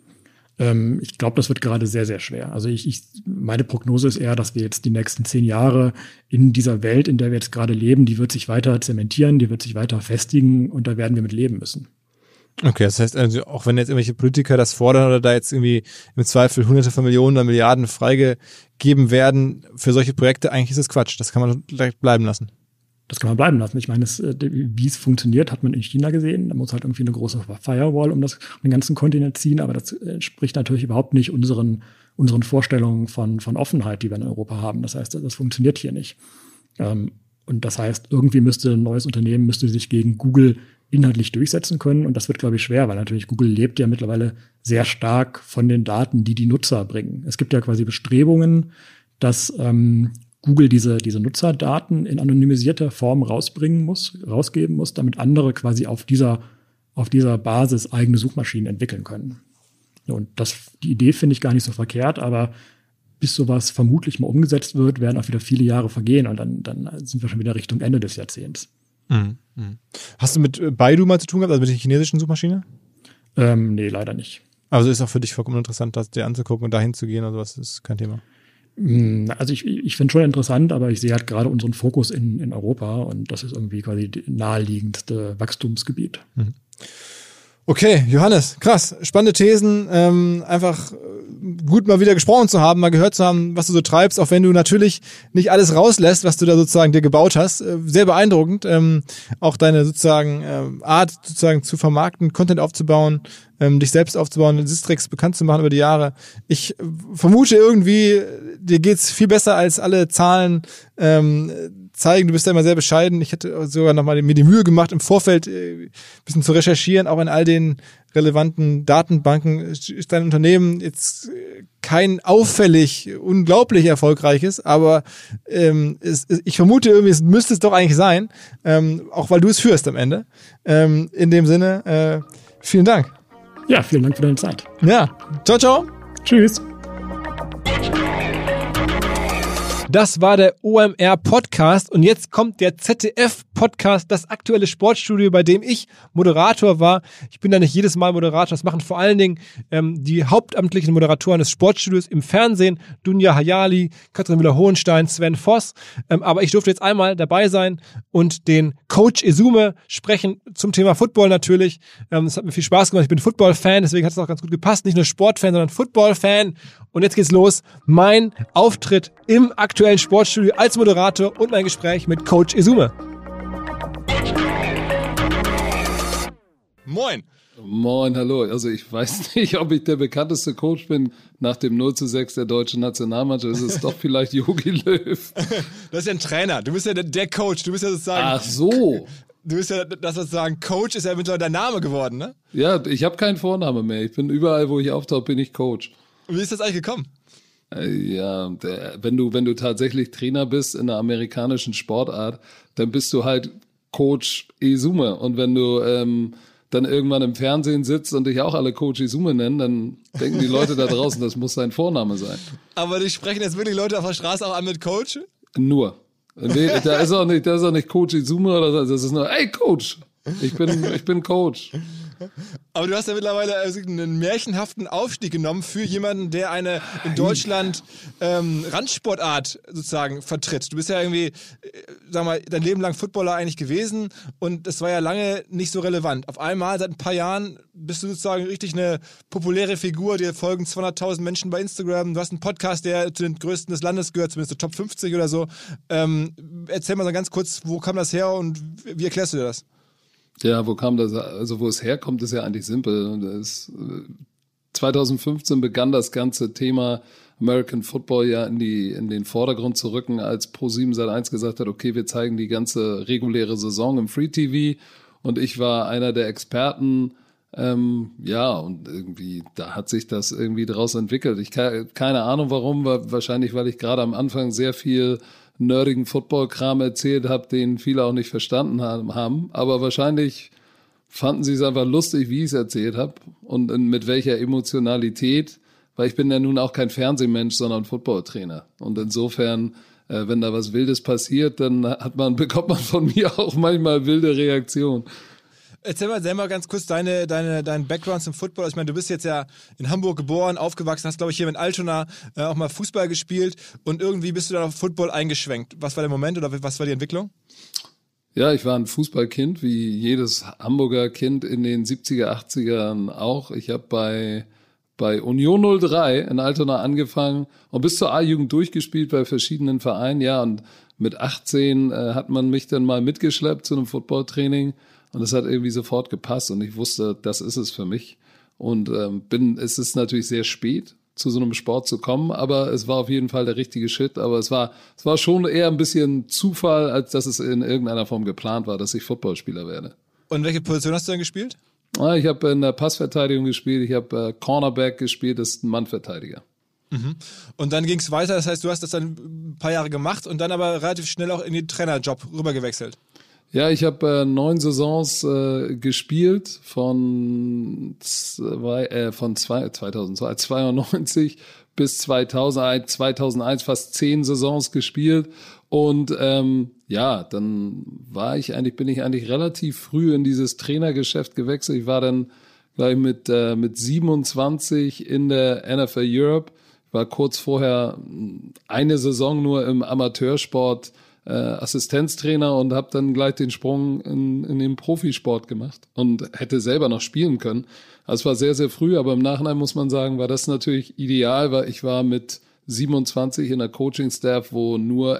Ich glaube, das wird gerade sehr, sehr schwer. Also meine Prognose ist eher, dass wir jetzt die nächsten 10 Jahre in dieser Welt, in der wir jetzt gerade leben, die wird sich weiter zementieren, die wird sich weiter festigen und da werden wir mit leben müssen. Okay, das heißt also, auch wenn jetzt irgendwelche Politiker das fordern oder da jetzt irgendwie im Zweifel Hunderte von Millionen oder Milliarden freigegeben werden für solche Projekte, eigentlich ist das Quatsch. Das kann man direkt bleiben lassen. Das kann man bleiben lassen. Ich meine, wie es funktioniert, hat man in China gesehen. Da muss halt irgendwie eine große Firewall um den ganzen Kontinent ziehen, aber das entspricht natürlich überhaupt nicht unseren Vorstellungen von Offenheit, die wir in Europa haben. Das heißt, das funktioniert hier nicht. Und das heißt, irgendwie ein neues Unternehmen sich gegen Google inhaltlich durchsetzen können. Und das wird, glaube ich, schwer, weil natürlich Google lebt ja mittlerweile sehr stark von den Daten, die Nutzer bringen. Es gibt ja quasi Bestrebungen, dass Google diese Nutzerdaten in anonymisierter Form rausgeben muss, damit andere quasi auf dieser Basis eigene Suchmaschinen entwickeln können. Und die Idee finde ich gar nicht so verkehrt, aber bis sowas vermutlich mal umgesetzt wird, werden auch wieder viele Jahre vergehen und dann sind wir schon wieder Richtung Ende des Jahrzehnts. Mhm. Hast du mit Baidu mal zu tun gehabt, also mit der chinesischen Suchmaschine? Nee, leider nicht. Also ist auch für dich vollkommen interessant, das dir anzugucken und dahin zu gehen oder sowas, ist kein Thema? Also ich finde schon interessant, aber ich sehe halt gerade unseren Fokus in Europa und das ist irgendwie quasi das naheliegendste Wachstumsgebiet. Mhm. Okay, Johannes, krass, spannende Thesen, einfach gut mal wieder gesprochen zu haben, mal gehört zu haben, was du so treibst, auch wenn du natürlich nicht alles rauslässt, was du da sozusagen dir gebaut hast. Sehr beeindruckend, auch deine sozusagen Art sozusagen zu vermarkten, Content aufzubauen, dich selbst aufzubauen, Sistrix bekannt zu machen über die Jahre. Ich vermute irgendwie, dir geht's viel besser als alle Zahlen zeigen. Du bist da immer sehr bescheiden. Ich hätte sogar noch mal mir die Mühe gemacht, im Vorfeld ein bisschen zu recherchieren, auch in all den relevanten Datenbanken. Ist dein Unternehmen jetzt kein auffällig, unglaublich erfolgreiches, aber ich vermute irgendwie, es müsste es doch eigentlich sein, auch weil du es führst am Ende. In dem Sinne, vielen Dank. Ja, vielen Dank für deine Zeit. Ja, ciao, ciao. Tschüss. Das war der OMR-Podcast und jetzt kommt der ZDF-Podcast, das aktuelle Sportstudio, bei dem ich Moderator war. Ich bin da nicht jedes Mal Moderator, das machen vor allen Dingen die hauptamtlichen Moderatoren des Sportstudios im Fernsehen, Dunja Hayali, Katrin Müller-Hohenstein, Sven Voss. Aber ich durfte jetzt einmal dabei sein und den Coach Izume sprechen zum Thema Football natürlich. Das hat mir viel Spaß gemacht, ich bin Football-Fan, deswegen hat es auch ganz gut gepasst. Nicht nur Sportfan, sondern Football-Fan. Und jetzt geht's los. Mein Auftritt im aktuellen Sportstudio als Moderator und mein Gespräch mit Coach Izume. Moin. Moin, hallo. Also ich weiß nicht, ob ich der bekannteste Coach bin nach dem 0:6 der deutschen Nationalmannschaft. Ist es doch vielleicht Jogi Löw. Das ist ja ein Trainer. Du bist ja der Coach. Du bist ja sozusagen... Ach so. Du bist ja das sozusagen, Coach ist ja mittlerweile dein Name geworden, ne? Ja, ich habe keinen Vorname mehr. Ich bin überall, wo ich auftauche, bin ich Coach. Und wie ist das eigentlich gekommen? Ja, wenn du tatsächlich Trainer bist in einer amerikanischen Sportart, dann bist du halt Coach Izume. Und wenn du dann irgendwann im Fernsehen sitzt und dich auch alle Coach Izume nennen, dann denken die Leute da draußen, das muss sein Vorname sein. Aber die sprechen jetzt wirklich Leute auf der Straße auch an mit Coach? Nur. Da ist auch nicht Coach Izume oder so. Das ist nur, hey Coach, ich bin Coach. Aber du hast ja mittlerweile einen märchenhaften Aufstieg genommen für jemanden, der eine in Deutschland Randsportart sozusagen vertritt. Du bist ja irgendwie, sag mal, dein Leben lang Footballer eigentlich gewesen und das war ja lange nicht so relevant. Auf einmal, seit ein paar Jahren, bist du sozusagen richtig eine populäre Figur, dir folgen 200.000 Menschen bei Instagram, du hast einen Podcast, der zu den größten des Landes gehört, zumindest so Top 50 oder so. Erzähl mal so ganz kurz, wo kam das her und wie erklärst du dir das? Ja, wo kam das? Also wo es herkommt, ist ja eigentlich simpel. 2015 begann das ganze Thema American Football ja in den Vordergrund zu rücken, als Pro7 Sat.1 gesagt hat, okay, wir zeigen die ganze reguläre Saison im Free TV und ich war einer der Experten. Und irgendwie, da hat sich das irgendwie draus entwickelt. Keine Ahnung warum, wahrscheinlich, weil ich gerade am Anfang sehr viel nerdigen Football-Kram erzählt habe, den viele auch nicht verstanden haben. Aber wahrscheinlich fanden sie es einfach lustig, wie ich es erzählt habe und mit welcher Emotionalität, weil ich bin ja nun auch kein Fernsehmensch, sondern Footballtrainer. Und insofern, wenn da was Wildes passiert, dann bekommt man von mir auch manchmal wilde Reaktionen. Erzähl mal selber ganz kurz deinen Background zum Football. Ich meine, du bist jetzt ja in Hamburg geboren, aufgewachsen, hast, glaube ich, hier in Altona auch mal Fußball gespielt und irgendwie bist du dann auf Football eingeschwenkt. Was war der Moment oder was war die Entwicklung? Ja, ich war ein Fußballkind, wie jedes Hamburger Kind in den 70er, 80ern auch. Ich habe bei Union 03 in Altona angefangen und bis zur A-Jugend durchgespielt bei verschiedenen Vereinen. Ja, und mit 18 hat man mich dann mal mitgeschleppt zu einem Footballtraining. Und das hat irgendwie sofort gepasst und ich wusste, das ist es für mich. Und es ist natürlich sehr spät, zu so einem Sport zu kommen, aber es war auf jeden Fall der richtige Schritt. Aber es war schon eher ein bisschen Zufall, als dass es in irgendeiner Form geplant war, dass ich Footballspieler werde. Und welche Position hast du dann gespielt? Ich habe in der Passverteidigung gespielt, ich habe Cornerback gespielt, das ist ein Mannverteidiger. Mhm. Und dann ging es weiter, das heißt, du hast das dann ein paar Jahre gemacht und dann aber relativ schnell auch in den Trainerjob rübergewechselt. Ja, ich habe 9 Saisons gespielt von 92 bis 2001 fast 10 Saisons gespielt und dann bin ich eigentlich relativ früh in dieses Trainergeschäft gewechselt. Ich war dann gleich mit 27 in der NFL Europe, war kurz vorher eine Saison nur im Amateursport Assistenztrainer und habe dann gleich den Sprung in den Profisport gemacht und hätte selber noch spielen können. Also es war sehr, sehr früh, aber im Nachhinein muss man sagen, war das natürlich ideal, weil ich war mit 27 in der Coaching-Staff, wo nur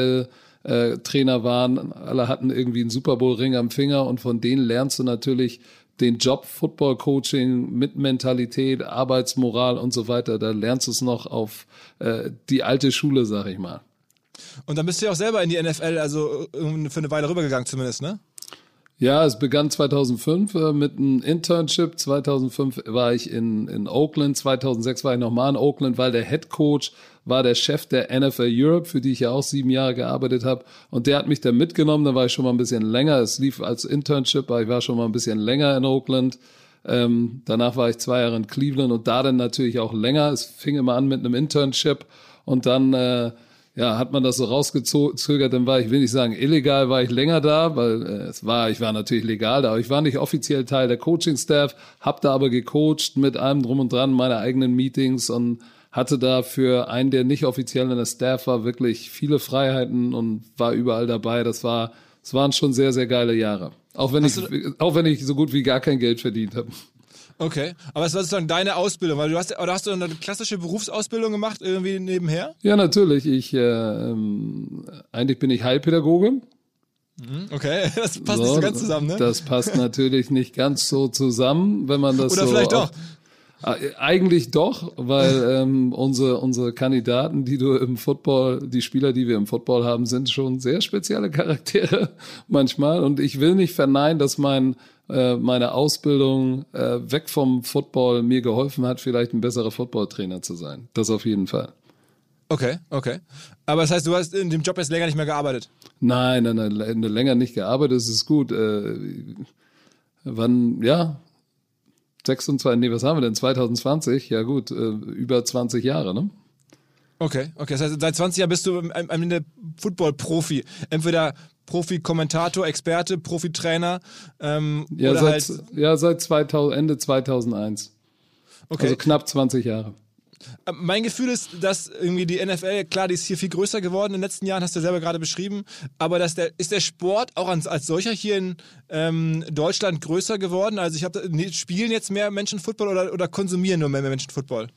NFL-Trainer waren. Alle hatten irgendwie einen Super-Bowl-Ring am Finger und von denen lernst du natürlich den Job Football-Coaching mit Mentalität, Arbeitsmoral und so weiter. Da lernst du es noch auf die alte Schule, sag ich mal. Und dann bist du ja auch selber in die NFL, also für eine Weile rübergegangen zumindest, ne? Ja, es begann 2005 mit einem Internship. 2005 war ich in Oakland, 2006 war ich nochmal in Oakland, weil der Head Coach war der Chef der NFL Europe, für die ich ja auch 7 Jahre gearbeitet habe. Und der hat mich dann mitgenommen, da war ich schon mal ein bisschen länger. Es lief als Internship, aber ich war schon mal ein bisschen länger in Oakland. Danach war ich 2 Jahre in Cleveland und da dann natürlich auch länger. Es fing immer an mit einem Internship und dann hat man das so rausgezögert, dann war ich, will nicht sagen illegal, war ich länger da, weil ich war natürlich legal da, aber ich war nicht offiziell Teil der Coaching-Staff, hab da aber gecoacht mit allem drum und dran, meine eigenen Meetings und hatte da für einen, der nicht offiziell in der Staff war, wirklich viele Freiheiten und war überall dabei. Das waren schon sehr, sehr geile Jahre. Auch wenn ich so gut wie gar kein Geld verdient habe. Okay, aber es war sozusagen deine Ausbildung, weil hast du eine klassische Berufsausbildung gemacht, irgendwie nebenher? Ja, natürlich. Eigentlich bin ich Heilpädagoge. Okay, das passt nicht so ganz zusammen, ne? Das passt natürlich nicht ganz so zusammen, wenn man das Oder so vielleicht doch. Eigentlich doch, weil unsere Kandidaten, die Spieler, die wir im Football haben, sind schon sehr spezielle Charaktere manchmal. Und ich will nicht verneinen, dass meine Ausbildung weg vom Football mir geholfen hat, vielleicht ein besserer Footballtrainer zu sein. Das auf jeden Fall. Okay. Aber das heißt, du hast in dem Job jetzt länger nicht mehr gearbeitet? Nein, länger nicht gearbeitet, das ist gut. 2020, ja gut, über 20 Jahre, ne? Okay, das heißt, seit 20 Jahren bist du am Ende Football-Profi. Entweder Profi-Kommentator, Experte, Profitrainer. Seit Ende 2001. Okay. Also knapp 20 Jahre. Mein Gefühl ist, dass irgendwie die NFL, klar, die ist hier viel größer geworden in den letzten Jahren, hast du ja selber gerade beschrieben, aber ist der Sport auch als solcher hier in Deutschland größer geworden? Also spielen jetzt mehr Menschen Football oder konsumieren nur mehr Menschen Football?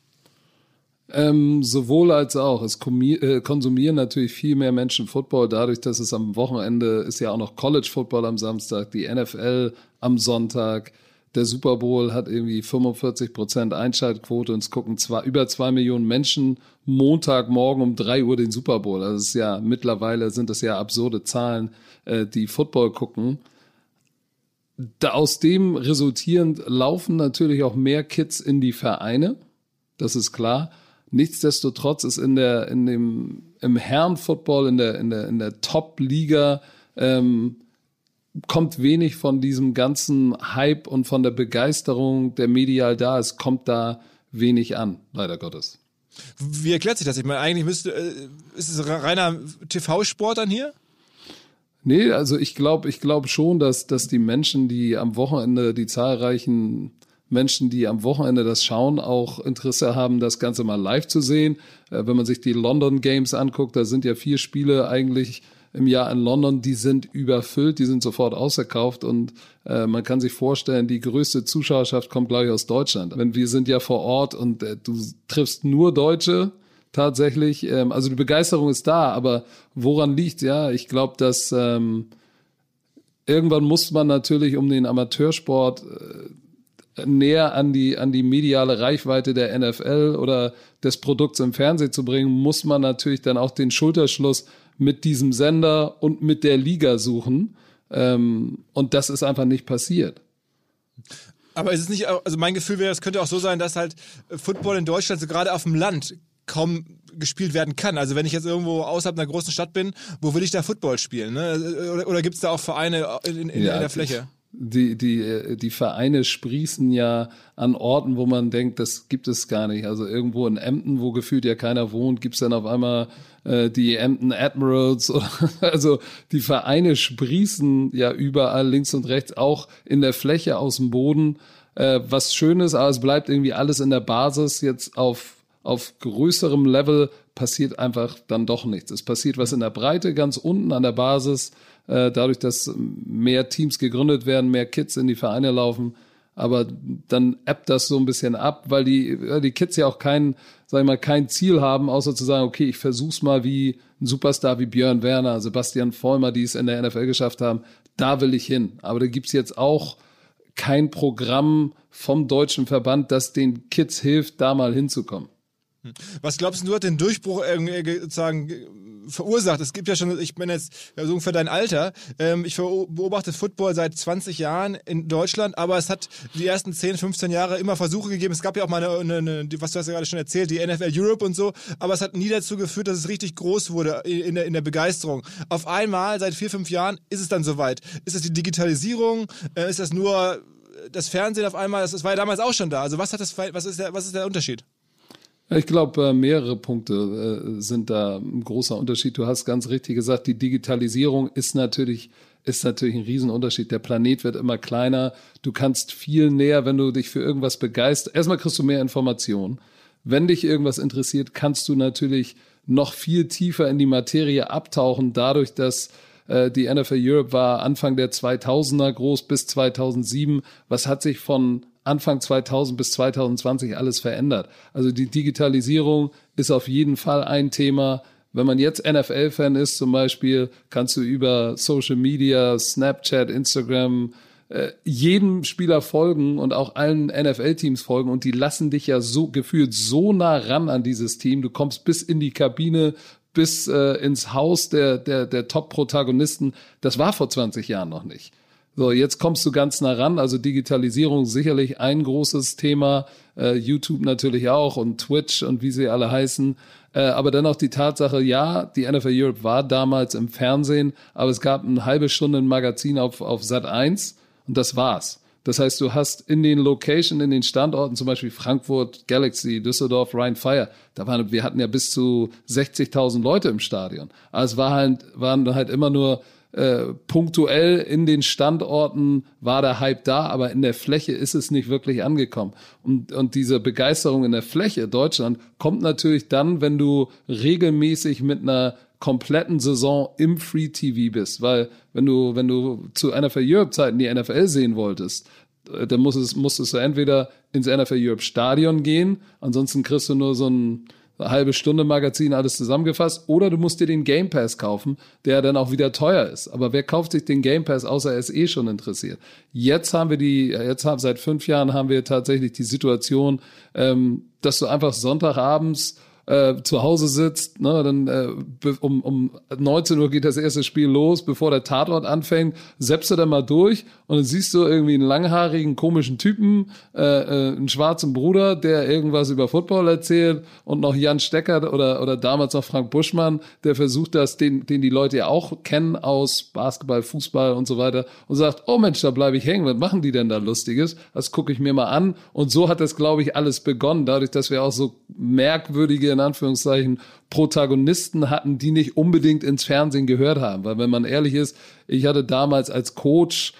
Sowohl als auch. Es konsumieren natürlich viel mehr Menschen Football, dadurch, dass es am Wochenende ist ja auch noch College Football am Samstag, die NFL am Sonntag. Der Super Bowl hat irgendwie 45% Einschaltquote und es gucken über 2 Millionen Menschen Montagmorgen um 3 Uhr den Super Bowl. Also es ist ja, mittlerweile sind das ja absurde Zahlen, die Football gucken. Aus dem resultierend laufen natürlich auch mehr Kids in die Vereine. Das ist klar. Nichtsdestotrotz ist im Herren-Football, in der Top-Liga, kommt wenig von diesem ganzen Hype und von der Begeisterung, der medial da ist, kommt da wenig an, leider Gottes. Wie erklärt sich das? Ich meine, eigentlich ist es reiner TV-Sport dann hier? Nee, also ich glaube schon, dass die Menschen, die am Wochenende, die zahlreichen Menschen, die am Wochenende das schauen, auch Interesse haben, das Ganze mal live zu sehen. Wenn man sich die London Games anguckt, da sind ja 4 Spiele eigentlich im Jahr in London, die sind überfüllt, die sind sofort ausverkauft und man kann sich vorstellen, die größte Zuschauerschaft kommt, glaube ich, aus Deutschland. Wir sind ja vor Ort und du triffst nur Deutsche tatsächlich. Also die Begeisterung ist da, aber woran liegt? Ja, ich glaube, dass irgendwann muss man natürlich um den Amateursport näher an die mediale Reichweite der NFL oder des Produkts im Fernsehen zu bringen, muss man natürlich dann auch den Schulterschluss mit diesem Sender und mit der Liga suchen. Und das ist einfach nicht passiert. Aber ist es nicht, also mein Gefühl wäre, es könnte auch so sein, dass halt Football in Deutschland, so gerade auf dem Land, kaum gespielt werden kann. Also wenn ich jetzt irgendwo außerhalb einer großen Stadt bin, wo will ich da Football spielen? Ne? Oder gibt es da auch Vereine in der Fläche? Die Vereine sprießen ja an Orten, wo man denkt, das gibt es gar nicht. Also irgendwo in Emden, wo gefühlt ja keiner wohnt, gibt's dann auf einmal die Emden Admirals. Also die Vereine sprießen ja überall links und rechts, auch in der Fläche aus dem Boden. Was schön ist, aber es bleibt irgendwie alles in der Basis. Jetzt auf größerem Level passiert einfach dann doch nichts. Es passiert was in der Breite, ganz unten an der Basis, dadurch, dass mehr Teams gegründet werden, mehr Kids in die Vereine laufen. Aber dann ebbt das so ein bisschen ab, weil die Kids ja auch kein Ziel haben, außer zu sagen, okay, ich versuch's mal wie ein Superstar wie Björn Werner, Sebastian Vollmer, die es in der NFL geschafft haben. Da will ich hin. Aber da gibt's jetzt auch kein Programm vom deutschen Verband, das den Kids hilft, da mal hinzukommen. Was glaubst du, hat den Durchbruch sozusagen verursacht? Es gibt ja schon, ich bin jetzt so ungefähr dein Alter, ich beobachte Football seit 20 Jahren in Deutschland, aber es hat die ersten 10, 15 Jahre immer Versuche gegeben. Es gab ja auch mal eine was du hast ja gerade schon erzählt, die NFL Europe und so, aber es hat nie dazu geführt, dass es richtig groß wurde in der Begeisterung. Auf einmal, seit 4, 5 Jahren, ist es dann soweit. Ist es die Digitalisierung? Ist das nur das Fernsehen auf einmal? Das war ja damals auch schon da. Also was ist der Unterschied? Ich glaube, mehrere Punkte sind da ein großer Unterschied. Du hast ganz richtig gesagt, die Digitalisierung ist natürlich ein Riesenunterschied. Der Planet wird immer kleiner. Du kannst viel näher, wenn du dich für irgendwas begeisterst. Erstmal kriegst du mehr Informationen. Wenn dich irgendwas interessiert, kannst du natürlich noch viel tiefer in die Materie abtauchen, dadurch, dass die NFL Europe war Anfang der 2000er groß bis 2007. Was hat sich von Anfang 2000 bis 2020 alles verändert? Also die Digitalisierung ist auf jeden Fall ein Thema. Wenn man jetzt NFL-Fan ist zum Beispiel, kannst du über Social Media, Snapchat, Instagram, jedem Spieler folgen und auch allen NFL-Teams folgen und die lassen dich ja so gefühlt so nah ran an dieses Team. Du kommst bis in die Kabine, bis ins Haus der Top-Protagonisten. Das war vor 20 Jahren noch nicht. So, jetzt kommst du ganz nah ran. Also Digitalisierung sicherlich ein großes Thema. YouTube natürlich auch und Twitch und wie sie alle heißen. Aber dennoch die Tatsache, ja, die NFL Europe war damals im Fernsehen, aber es gab eine halbe Stunde ein Magazin auf Sat.1 und das war's. Das heißt, du hast in den Locations, in den Standorten, zum Beispiel Frankfurt, Galaxy, Düsseldorf, Rhein-Fire, wir hatten ja bis zu 60.000 Leute im Stadion. Aber es waren halt immer nur punktuell in den Standorten war der Hype da, aber in der Fläche ist es nicht wirklich angekommen. Und diese Begeisterung in der Fläche Deutschland kommt natürlich dann, wenn du regelmäßig mit einer kompletten Saison im Free TV bist, weil wenn du zu NFL Europe Zeiten die NFL sehen wolltest, dann musstest du entweder ins NFL Europe Stadion gehen, ansonsten kriegst du nur so ein halbe Stunde Magazin, alles zusammengefasst, oder du musst dir den Game Pass kaufen, der dann auch wieder teuer ist. Aber wer kauft sich den Game Pass, außer er ist schon interessiert? Seit 5 Jahren haben wir tatsächlich die Situation, dass du einfach Sonntagabends zu Hause sitzt, ne, dann um 19 Uhr geht das erste Spiel los, bevor der Tatort anfängt, zappst du dann mal durch und dann siehst du irgendwie einen langhaarigen, komischen Typen, einen schwarzen Bruder, der irgendwas über Football erzählt, und noch Jan Stecker oder damals noch Frank Buschmann, der versucht das, den die Leute ja auch kennen aus Basketball, Fußball und so weiter, und sagt, oh Mensch, da bleibe ich hängen, was machen die denn da Lustiges? Das gucke ich mir mal an. Und so hat das, glaube ich, alles begonnen, dadurch, dass wir auch so merkwürdige, in Anführungszeichen, Protagonisten hatten, die nicht unbedingt ins Fernsehen gehört haben. Weil wenn man ehrlich ist, ich hatte damals als Coach,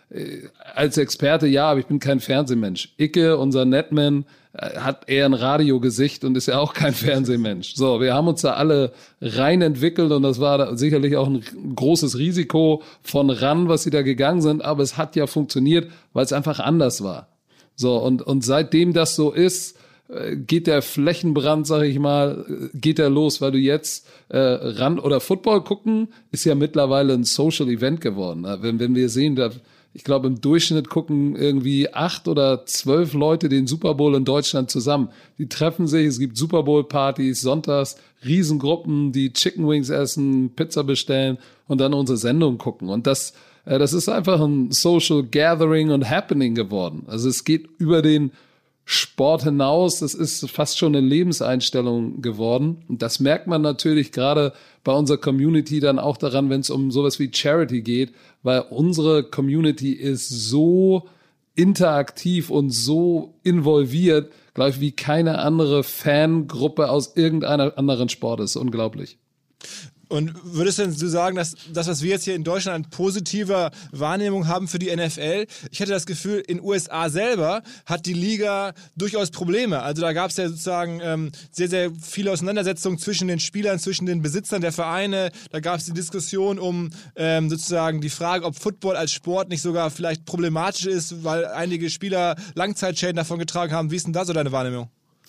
als Experte, ja, aber ich bin kein Fernsehmensch. Icke, unser Netman, hat eher ein Radiogesicht und ist ja auch kein Fernsehmensch. So, wir haben uns da alle rein entwickelt und das war da sicherlich auch ein großes Risiko von ran, was sie da gegangen sind, aber es hat ja funktioniert, weil es einfach anders war. So, und seitdem das so ist, geht der Flächenbrand, sag ich mal, geht der los, weil du jetzt oder Football gucken, ist ja mittlerweile ein Social Event geworden. Wenn wir sehen, ich glaube, im Durchschnitt gucken irgendwie 8 oder 12 Leute den Super Bowl in Deutschland zusammen. Die treffen sich, es gibt Super Bowl Partys, sonntags, Riesengruppen, die Chicken Wings essen, Pizza bestellen und dann unsere Sendung gucken. Und das ist einfach ein Social Gathering und Happening geworden. Also es geht über den Sport hinaus, das ist fast schon eine Lebenseinstellung geworden. Und das merkt man natürlich gerade bei unserer Community dann auch daran, wenn es um sowas wie Charity geht, weil unsere Community ist so interaktiv und so involviert, glaube ich, wie keine andere Fangruppe aus irgendeiner anderen Sport ist. Unglaublich. Und würdest du sagen, dass das, was wir jetzt hier in Deutschland an positiver Wahrnehmung haben für die NFL, ich hätte das Gefühl, in den USA selber hat die Liga durchaus Probleme. Also da gab es ja sozusagen sehr, sehr viele Auseinandersetzungen zwischen den Spielern, zwischen den Besitzern der Vereine. Da gab es die Diskussion um sozusagen die Frage, ob Football als Sport nicht sogar vielleicht problematisch ist, weil einige Spieler Langzeitschäden davon getragen haben. Wie ist denn da so deine Wahrnehmung?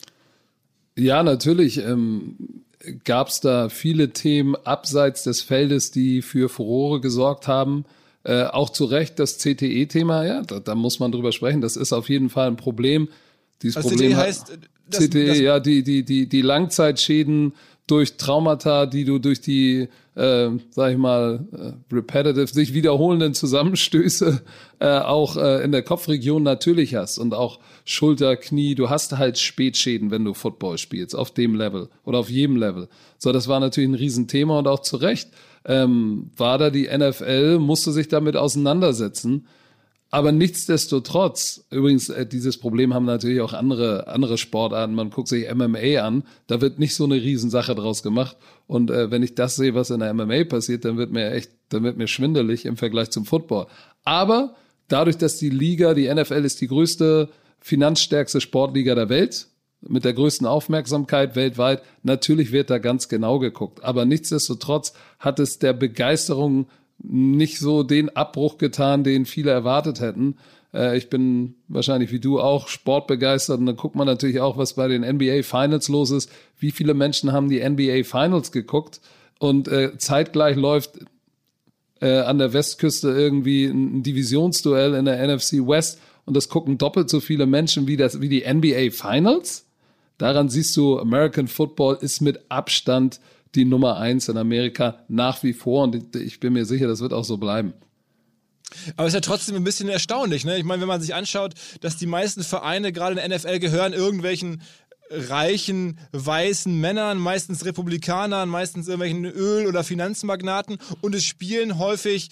Ja, natürlich. Gab es da viele Themen abseits des Feldes, die für Furore gesorgt haben. Auch zu Recht das CTE-Thema, ja, da muss man drüber sprechen. Das ist auf jeden Fall ein Problem. Dieses also Problem CTE heißt, ja, die Langzeitschäden durch Traumata, die du durch die, sag ich mal, repetitive, sich wiederholenden Zusammenstöße auch in der Kopfregion natürlich hast und auch Schulter, Knie, du hast halt Spätschäden, wenn du Football spielst, auf dem Level oder auf jedem Level. So, das war natürlich ein Riesenthema und auch zu Recht war da die NFL, musste sich damit auseinandersetzen. Aber nichtsdestotrotz, übrigens, dieses Problem haben natürlich auch andere Sportarten. Man guckt sich MMA an, da wird nicht so eine Riesensache draus gemacht. Und wenn ich das sehe, was in der MMA passiert, dann wird mir schwindelig im Vergleich zum Football. Aber dadurch, dass die NFL ist die größte, finanzstärkste Sportliga der Welt, mit der größten Aufmerksamkeit weltweit, natürlich wird da ganz genau geguckt. Aber nichtsdestotrotz hat es der Begeisterung nicht so den Abbruch getan, den viele erwartet hätten. Ich bin wahrscheinlich wie du auch sportbegeistert und dann guckt man natürlich auch, was bei den NBA Finals los ist. Wie viele Menschen haben die NBA Finals geguckt und zeitgleich läuft an der Westküste irgendwie ein Divisionsduell in der NFC West und das gucken doppelt so viele Menschen wie die NBA Finals. Daran siehst du, American Football ist mit Abstand die Nummer 1 in Amerika nach wie vor und ich bin mir sicher, das wird auch so bleiben. Aber es ist ja trotzdem ein bisschen erstaunlich, ne? Ich meine, wenn man sich anschaut, dass die meisten Vereine gerade in der NFL gehören irgendwelchen reichen, weißen Männern, meistens Republikanern, meistens irgendwelchen Öl- oder Finanzmagnaten und es spielen häufig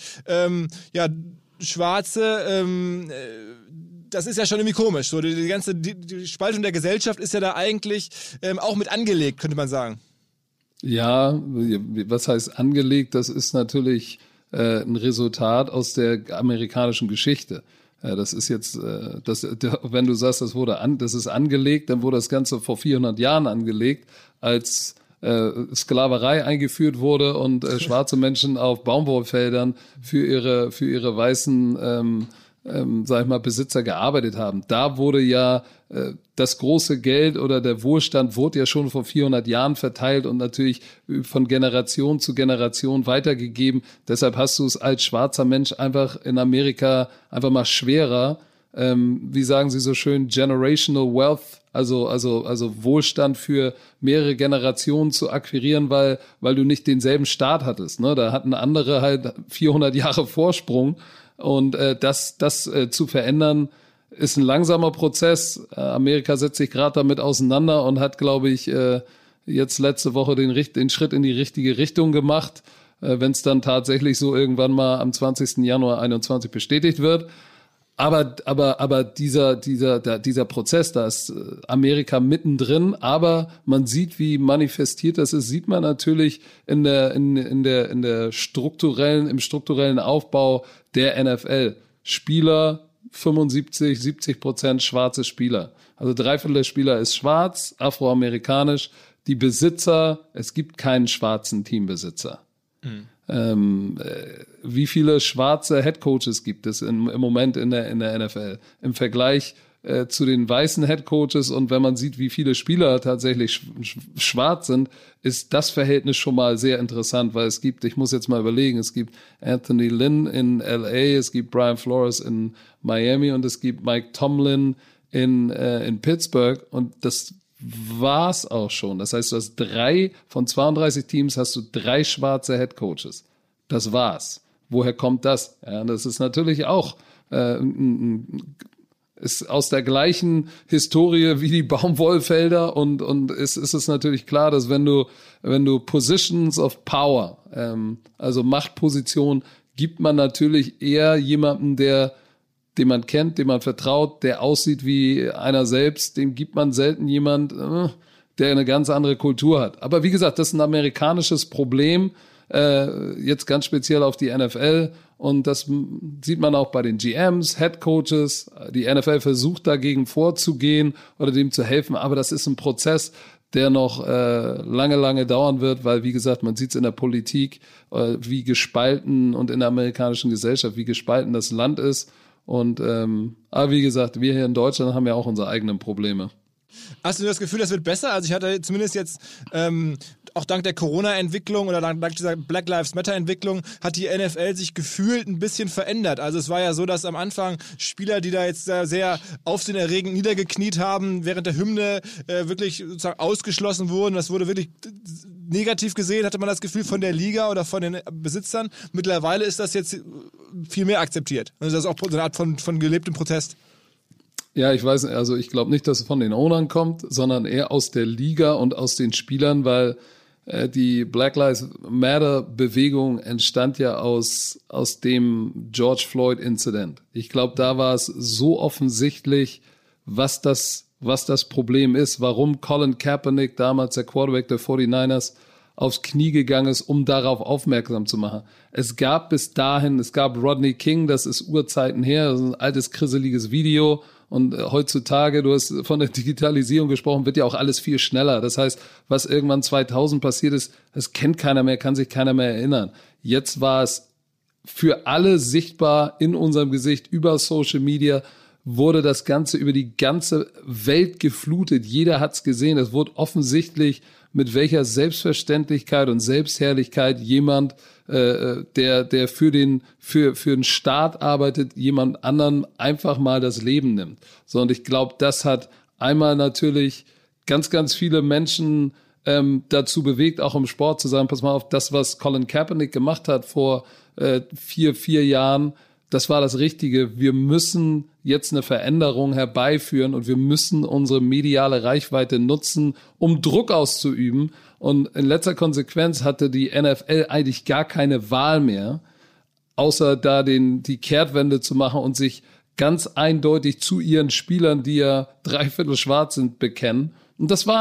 Schwarze, das ist ja schon irgendwie komisch. So, die ganze die Spaltung der Gesellschaft ist ja da eigentlich auch mit angelegt, könnte man sagen. Ja, was heißt angelegt? Das ist natürlich ein Resultat aus der amerikanischen Geschichte. Das ist jetzt, wenn du sagst, das ist angelegt, dann wurde das Ganze vor 400 Jahren angelegt, als Sklaverei eingeführt wurde und schwarze Menschen auf Baumwollfeldern für ihre weißen sag ich mal, Besitzer gearbeitet haben. Da wurde ja das große Geld oder der Wohlstand wurde ja schon vor 400 Jahren verteilt und natürlich von Generation zu Generation weitergegeben. Deshalb hast du es als schwarzer Mensch einfach in Amerika einfach mal schwerer, wie sagen sie so schön, generational wealth, also Wohlstand für mehrere Generationen zu akquirieren, weil du nicht denselben Staat hattest. Ne? Da hatten andere halt 400 Jahre Vorsprung. Und das zu verändern, ist ein langsamer Prozess. Amerika setzt sich gerade damit auseinander und hat, glaube ich, jetzt letzte Woche den Schritt in die richtige Richtung gemacht, wenn es dann tatsächlich so irgendwann mal am 20. Januar 2021 bestätigt wird. Aber dieser Prozess, da ist Amerika mittendrin, aber man sieht, wie manifestiert das ist, sieht man natürlich im strukturellen Aufbau der NFL. Spieler 75-70% schwarze Spieler. Also 3/4 der Spieler ist schwarz, afroamerikanisch. Die Besitzer, es gibt keinen schwarzen Teambesitzer. Wie viele schwarze Headcoaches gibt es im Moment in der NFL im Vergleich zu den weißen Headcoaches, und wenn man sieht, wie viele Spieler tatsächlich schwarz sind, ist das Verhältnis schon mal sehr interessant, weil ich muss jetzt mal überlegen, es gibt Anthony Lynn in LA, es gibt Brian Flores in Miami und es gibt Mike Tomlin in Pittsburgh, und das war's auch schon. Das heißt, du hast 3 von 32 Teams, hast du 3 schwarze Headcoaches. Das war's. Woher kommt das? Ja, das ist natürlich auch ist aus der gleichen Historie wie die Baumwollfelder, und ist es natürlich klar, dass wenn du Positions of Power, also Machtposition, gibt man natürlich eher jemanden, den man kennt, dem man vertraut, der aussieht wie einer selbst, dem gibt man selten jemand, der eine ganz andere Kultur hat. Aber wie gesagt, das ist ein amerikanisches Problem, jetzt ganz speziell auf die NFL, und das sieht man auch bei den GMs, Head Coaches. Die NFL versucht dagegen vorzugehen oder dem zu helfen, aber das ist ein Prozess, der noch lange dauern wird, weil, wie gesagt, man sieht es in der Politik, wie gespalten, und in der amerikanischen Gesellschaft, wie gespalten das Land ist. Und aber wie gesagt, wir hier in Deutschland haben ja auch unsere eigenen Probleme. Hast du das Gefühl, das wird besser? Also ich hatte zumindest jetzt auch dank der Corona-Entwicklung oder dank dieser Black Lives Matter-Entwicklung hat die NFL sich gefühlt ein bisschen verändert. Also es war ja so, dass am Anfang Spieler, die da jetzt sehr aufsehenerregend niedergekniet haben, während der Hymne wirklich sozusagen ausgeschlossen wurden. Das wurde wirklich negativ gesehen, hatte man das Gefühl, von der Liga oder von den Besitzern. Mittlerweile ist das jetzt viel mehr akzeptiert. Also das ist auch so eine Art von gelebtem Protest. Ja, ich weiß, also ich glaube nicht, dass es von den Ownern kommt, sondern eher aus der Liga und aus den Spielern, weil die Black Lives Matter Bewegung entstand ja aus dem George Floyd Incident. Ich glaube, da war es so offensichtlich, was das Problem ist, warum Colin Kaepernick, damals der Quarterback der 49ers, aufs Knie gegangen ist, um darauf aufmerksam zu machen. Es gab Rodney King, das ist Urzeiten her, das ist ein altes, krisseliges Video. Und heutzutage, du hast von der Digitalisierung gesprochen, wird ja auch alles viel schneller. Das heißt, was irgendwann 2000 passiert ist, das kennt keiner mehr, kann sich keiner mehr erinnern. Jetzt war es für alle sichtbar in unserem Gesicht über Social Media, wurde das Ganze über die ganze Welt geflutet. Jeder hat's gesehen. Es wurde offensichtlich, mit welcher Selbstverständlichkeit und Selbstherrlichkeit jemand, der für den Staat arbeitet, jemand anderen einfach mal das Leben nimmt. So, und ich glaube, das hat einmal natürlich ganz, ganz viele Menschen dazu bewegt, auch im Sport zu sagen, pass mal auf, das, was Colin Kaepernick gemacht hat vor 4 Jahren, das war das Richtige. Wir müssen jetzt eine Veränderung herbeiführen und wir müssen unsere mediale Reichweite nutzen, um Druck auszuüben. Und in letzter Konsequenz hatte die NFL eigentlich gar keine Wahl mehr, außer da die Kehrtwende zu machen und sich ganz eindeutig zu ihren Spielern, die ja 3/4 schwarz sind, bekennen. Und das waren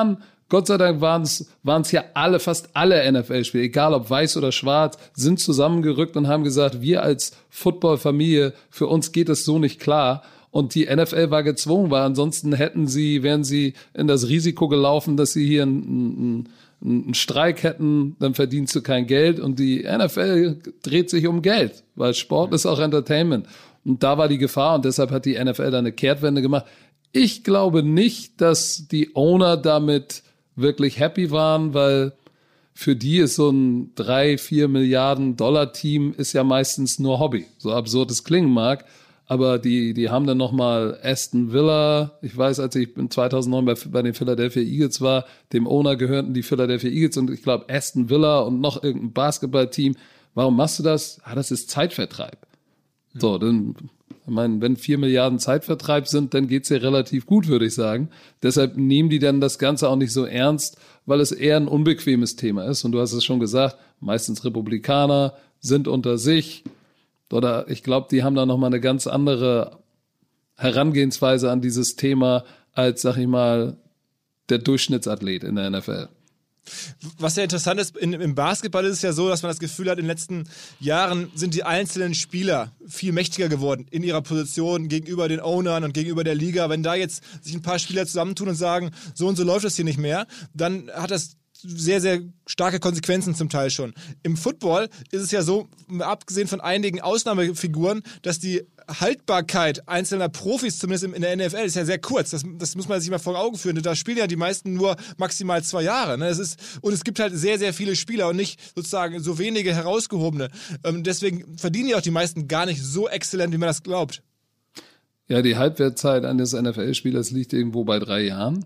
Gott sei Dank waren es ja fast alle NFL-Spieler, egal ob weiß oder schwarz, sind zusammengerückt und haben gesagt, wir als Football-Familie, für uns geht es so nicht klar. Und die NFL war gezwungen, weil ansonsten wären sie in das Risiko gelaufen, dass sie hier einen Streik hätten, dann verdienst du kein Geld. Und die NFL dreht sich um Geld, weil Sport ist auch Entertainment. Und da war die Gefahr und deshalb hat die NFL da eine Kehrtwende gemacht. Ich glaube nicht, dass die Owner damit wirklich happy waren, weil für die ist so ein 3-4 Milliarden $ Team ist ja meistens nur Hobby. So absurd es klingen mag. Aber die haben dann nochmal Aston Villa, ich weiß, als ich in 2009 bei den Philadelphia Eagles war, dem Owner gehörten die Philadelphia Eagles und ich glaube Aston Villa und noch irgendein Basketballteam. Warum machst du das? Das ist Zeitvertreib. So, dann, ich meine, wenn 4 Milliarden Zeitvertreib sind, dann geht's dir relativ gut, würde ich sagen. Deshalb nehmen die dann das Ganze auch nicht so ernst, weil es eher ein unbequemes Thema ist. Und du hast es schon gesagt, meistens Republikaner sind unter sich. Oder ich glaube, die haben da nochmal eine ganz andere Herangehensweise an dieses Thema als, sag ich mal, der Durchschnittsathlet in der NFL. Was ja interessant ist, im Basketball ist es ja so, dass man das Gefühl hat, in den letzten Jahren sind die einzelnen Spieler viel mächtiger geworden in ihrer Position gegenüber den Ownern und gegenüber der Liga. Wenn da jetzt sich ein paar Spieler zusammentun und sagen, so und so läuft das hier nicht mehr, dann hat das sehr, sehr starke Konsequenzen zum Teil schon. Im Football ist es ja so, abgesehen von einigen Ausnahmefiguren, dass die Haltbarkeit einzelner Profis, zumindest in der NFL, ist ja sehr kurz. Das muss man sich mal vor Augen führen. Da spielen ja die meisten nur maximal 2 Jahre. Ne? Und es gibt halt sehr, sehr viele Spieler und nicht sozusagen so wenige herausgehobene. Deswegen verdienen ja auch die meisten gar nicht so exzellent, wie man das glaubt. Ja, die Halbwertzeit eines NFL-Spielers liegt irgendwo bei 3 Jahren.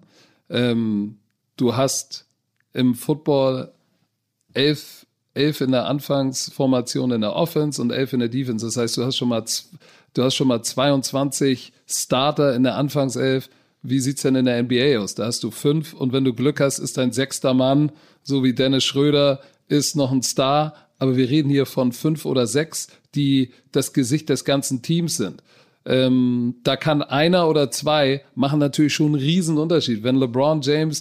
Du hast im Football 11 in der Anfangsformation in der Offense und 11 in der Defense. Das heißt, du hast schon mal 22 Starter in der Anfangself. Wie sieht's denn in der NBA aus? Da hast du 5 und wenn du Glück hast, ist dein 6. Mann, so wie Dennis Schröder, ist noch ein Star. Aber wir reden hier von 5 oder 6, die das Gesicht des ganzen Teams sind. Da kann 1 oder 2 machen natürlich schon einen riesen Unterschied. Wenn LeBron James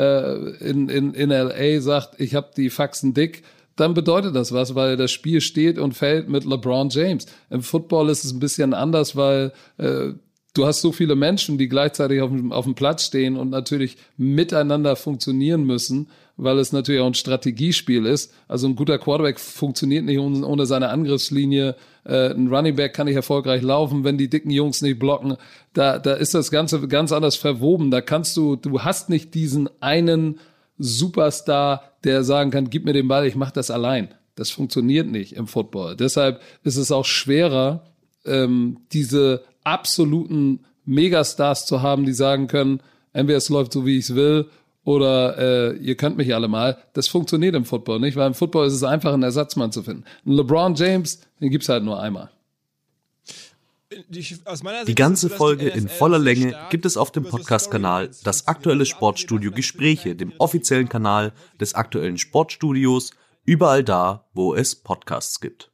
in LA sagt, ich habe die Faxen dick, dann bedeutet das was, weil das Spiel steht und fällt mit LeBron James. Im Football ist es ein bisschen anders, weil du hast so viele Menschen, die gleichzeitig auf dem Platz stehen und natürlich miteinander funktionieren müssen, weil es natürlich auch ein Strategiespiel ist. Also ein guter Quarterback funktioniert nicht ohne seine Angriffslinie. Ein Running Back kann nicht erfolgreich laufen, wenn die dicken Jungs nicht blocken. Da ist das Ganze ganz anders verwoben. Da du hast nicht diesen einen Superstar, der sagen kann, gib mir den Ball, ich mach das allein. Das funktioniert nicht im Football. Deshalb ist es auch schwerer, diese absoluten Megastars zu haben, die sagen können, entweder es läuft so, wie ich es will, oder ihr könnt mich alle mal. Das funktioniert im Football nicht, weil im Football ist es einfach, einen Ersatzmann zu finden. Ein LeBron James, den gibt's halt nur einmal. Die ganze Folge in voller Länge gibt es auf dem Podcast-Kanal Das aktuelle Sportstudio Gespräche, dem offiziellen Kanal des aktuellen Sportstudios, überall da, wo es Podcasts gibt.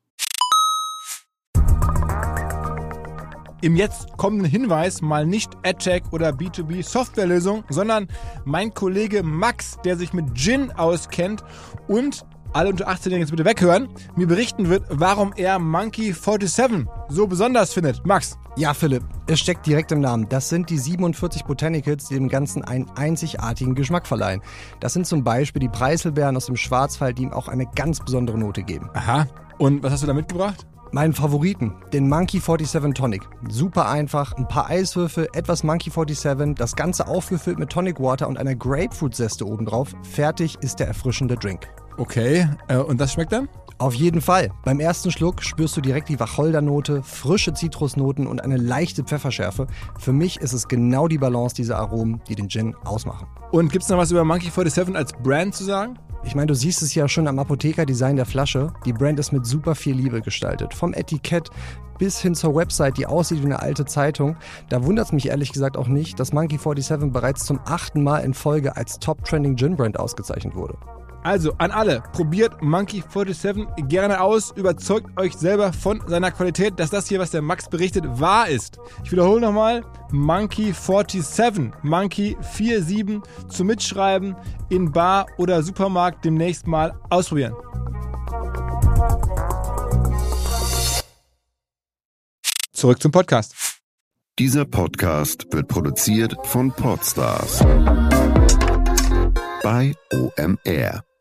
Im jetzt kommenden Hinweis mal nicht AdTech oder B2B Softwarelösung, sondern mein Kollege Max, der sich mit Gin auskennt und alle unter 18-Jährigen jetzt bitte weghören, mir berichten wird, warum er Monkey 47 so besonders findet. Max. Ja, Philipp, es steckt direkt im Namen. Das sind die 47 Botanicals, die dem Ganzen einen einzigartigen Geschmack verleihen. Das sind zum Beispiel die Preiselbeeren aus dem Schwarzwald, die ihm auch eine ganz besondere Note geben. Aha. Und was hast du da mitgebracht? Meinen Favoriten, den Monkey 47 Tonic. Super einfach, ein paar Eiswürfel, etwas Monkey 47, das Ganze aufgefüllt mit Tonic Water und einer Grapefruit-Zeste obendrauf. Fertig ist der erfrischende Drink. Okay, und das schmeckt dann? Auf jeden Fall. Beim ersten Schluck spürst du direkt die Wacholdernote, frische Zitrusnoten und eine leichte Pfefferschärfe. Für mich ist es genau die Balance dieser Aromen, die den Gin ausmachen. Und gibt's noch was über Monkey 47 als Brand zu sagen? Ich meine, du siehst es ja schon am Apotheker-Design der Flasche. Die Brand ist mit super viel Liebe gestaltet. Vom Etikett bis hin zur Website, die aussieht wie eine alte Zeitung. Da wundert es mich ehrlich gesagt auch nicht, dass Monkey 47 bereits zum 8. Mal in Folge als Top-Trending Gin-Brand ausgezeichnet wurde. Also an alle, probiert Monkey 47 gerne aus, überzeugt euch selber von seiner Qualität, dass das hier, was der Max berichtet, wahr ist. Ich wiederhole nochmal, Monkey 47, Monkey 47 zum Mitschreiben in Bar oder Supermarkt demnächst mal ausprobieren. Zurück zum Podcast. Dieser Podcast wird produziert von Podstars bei OMR.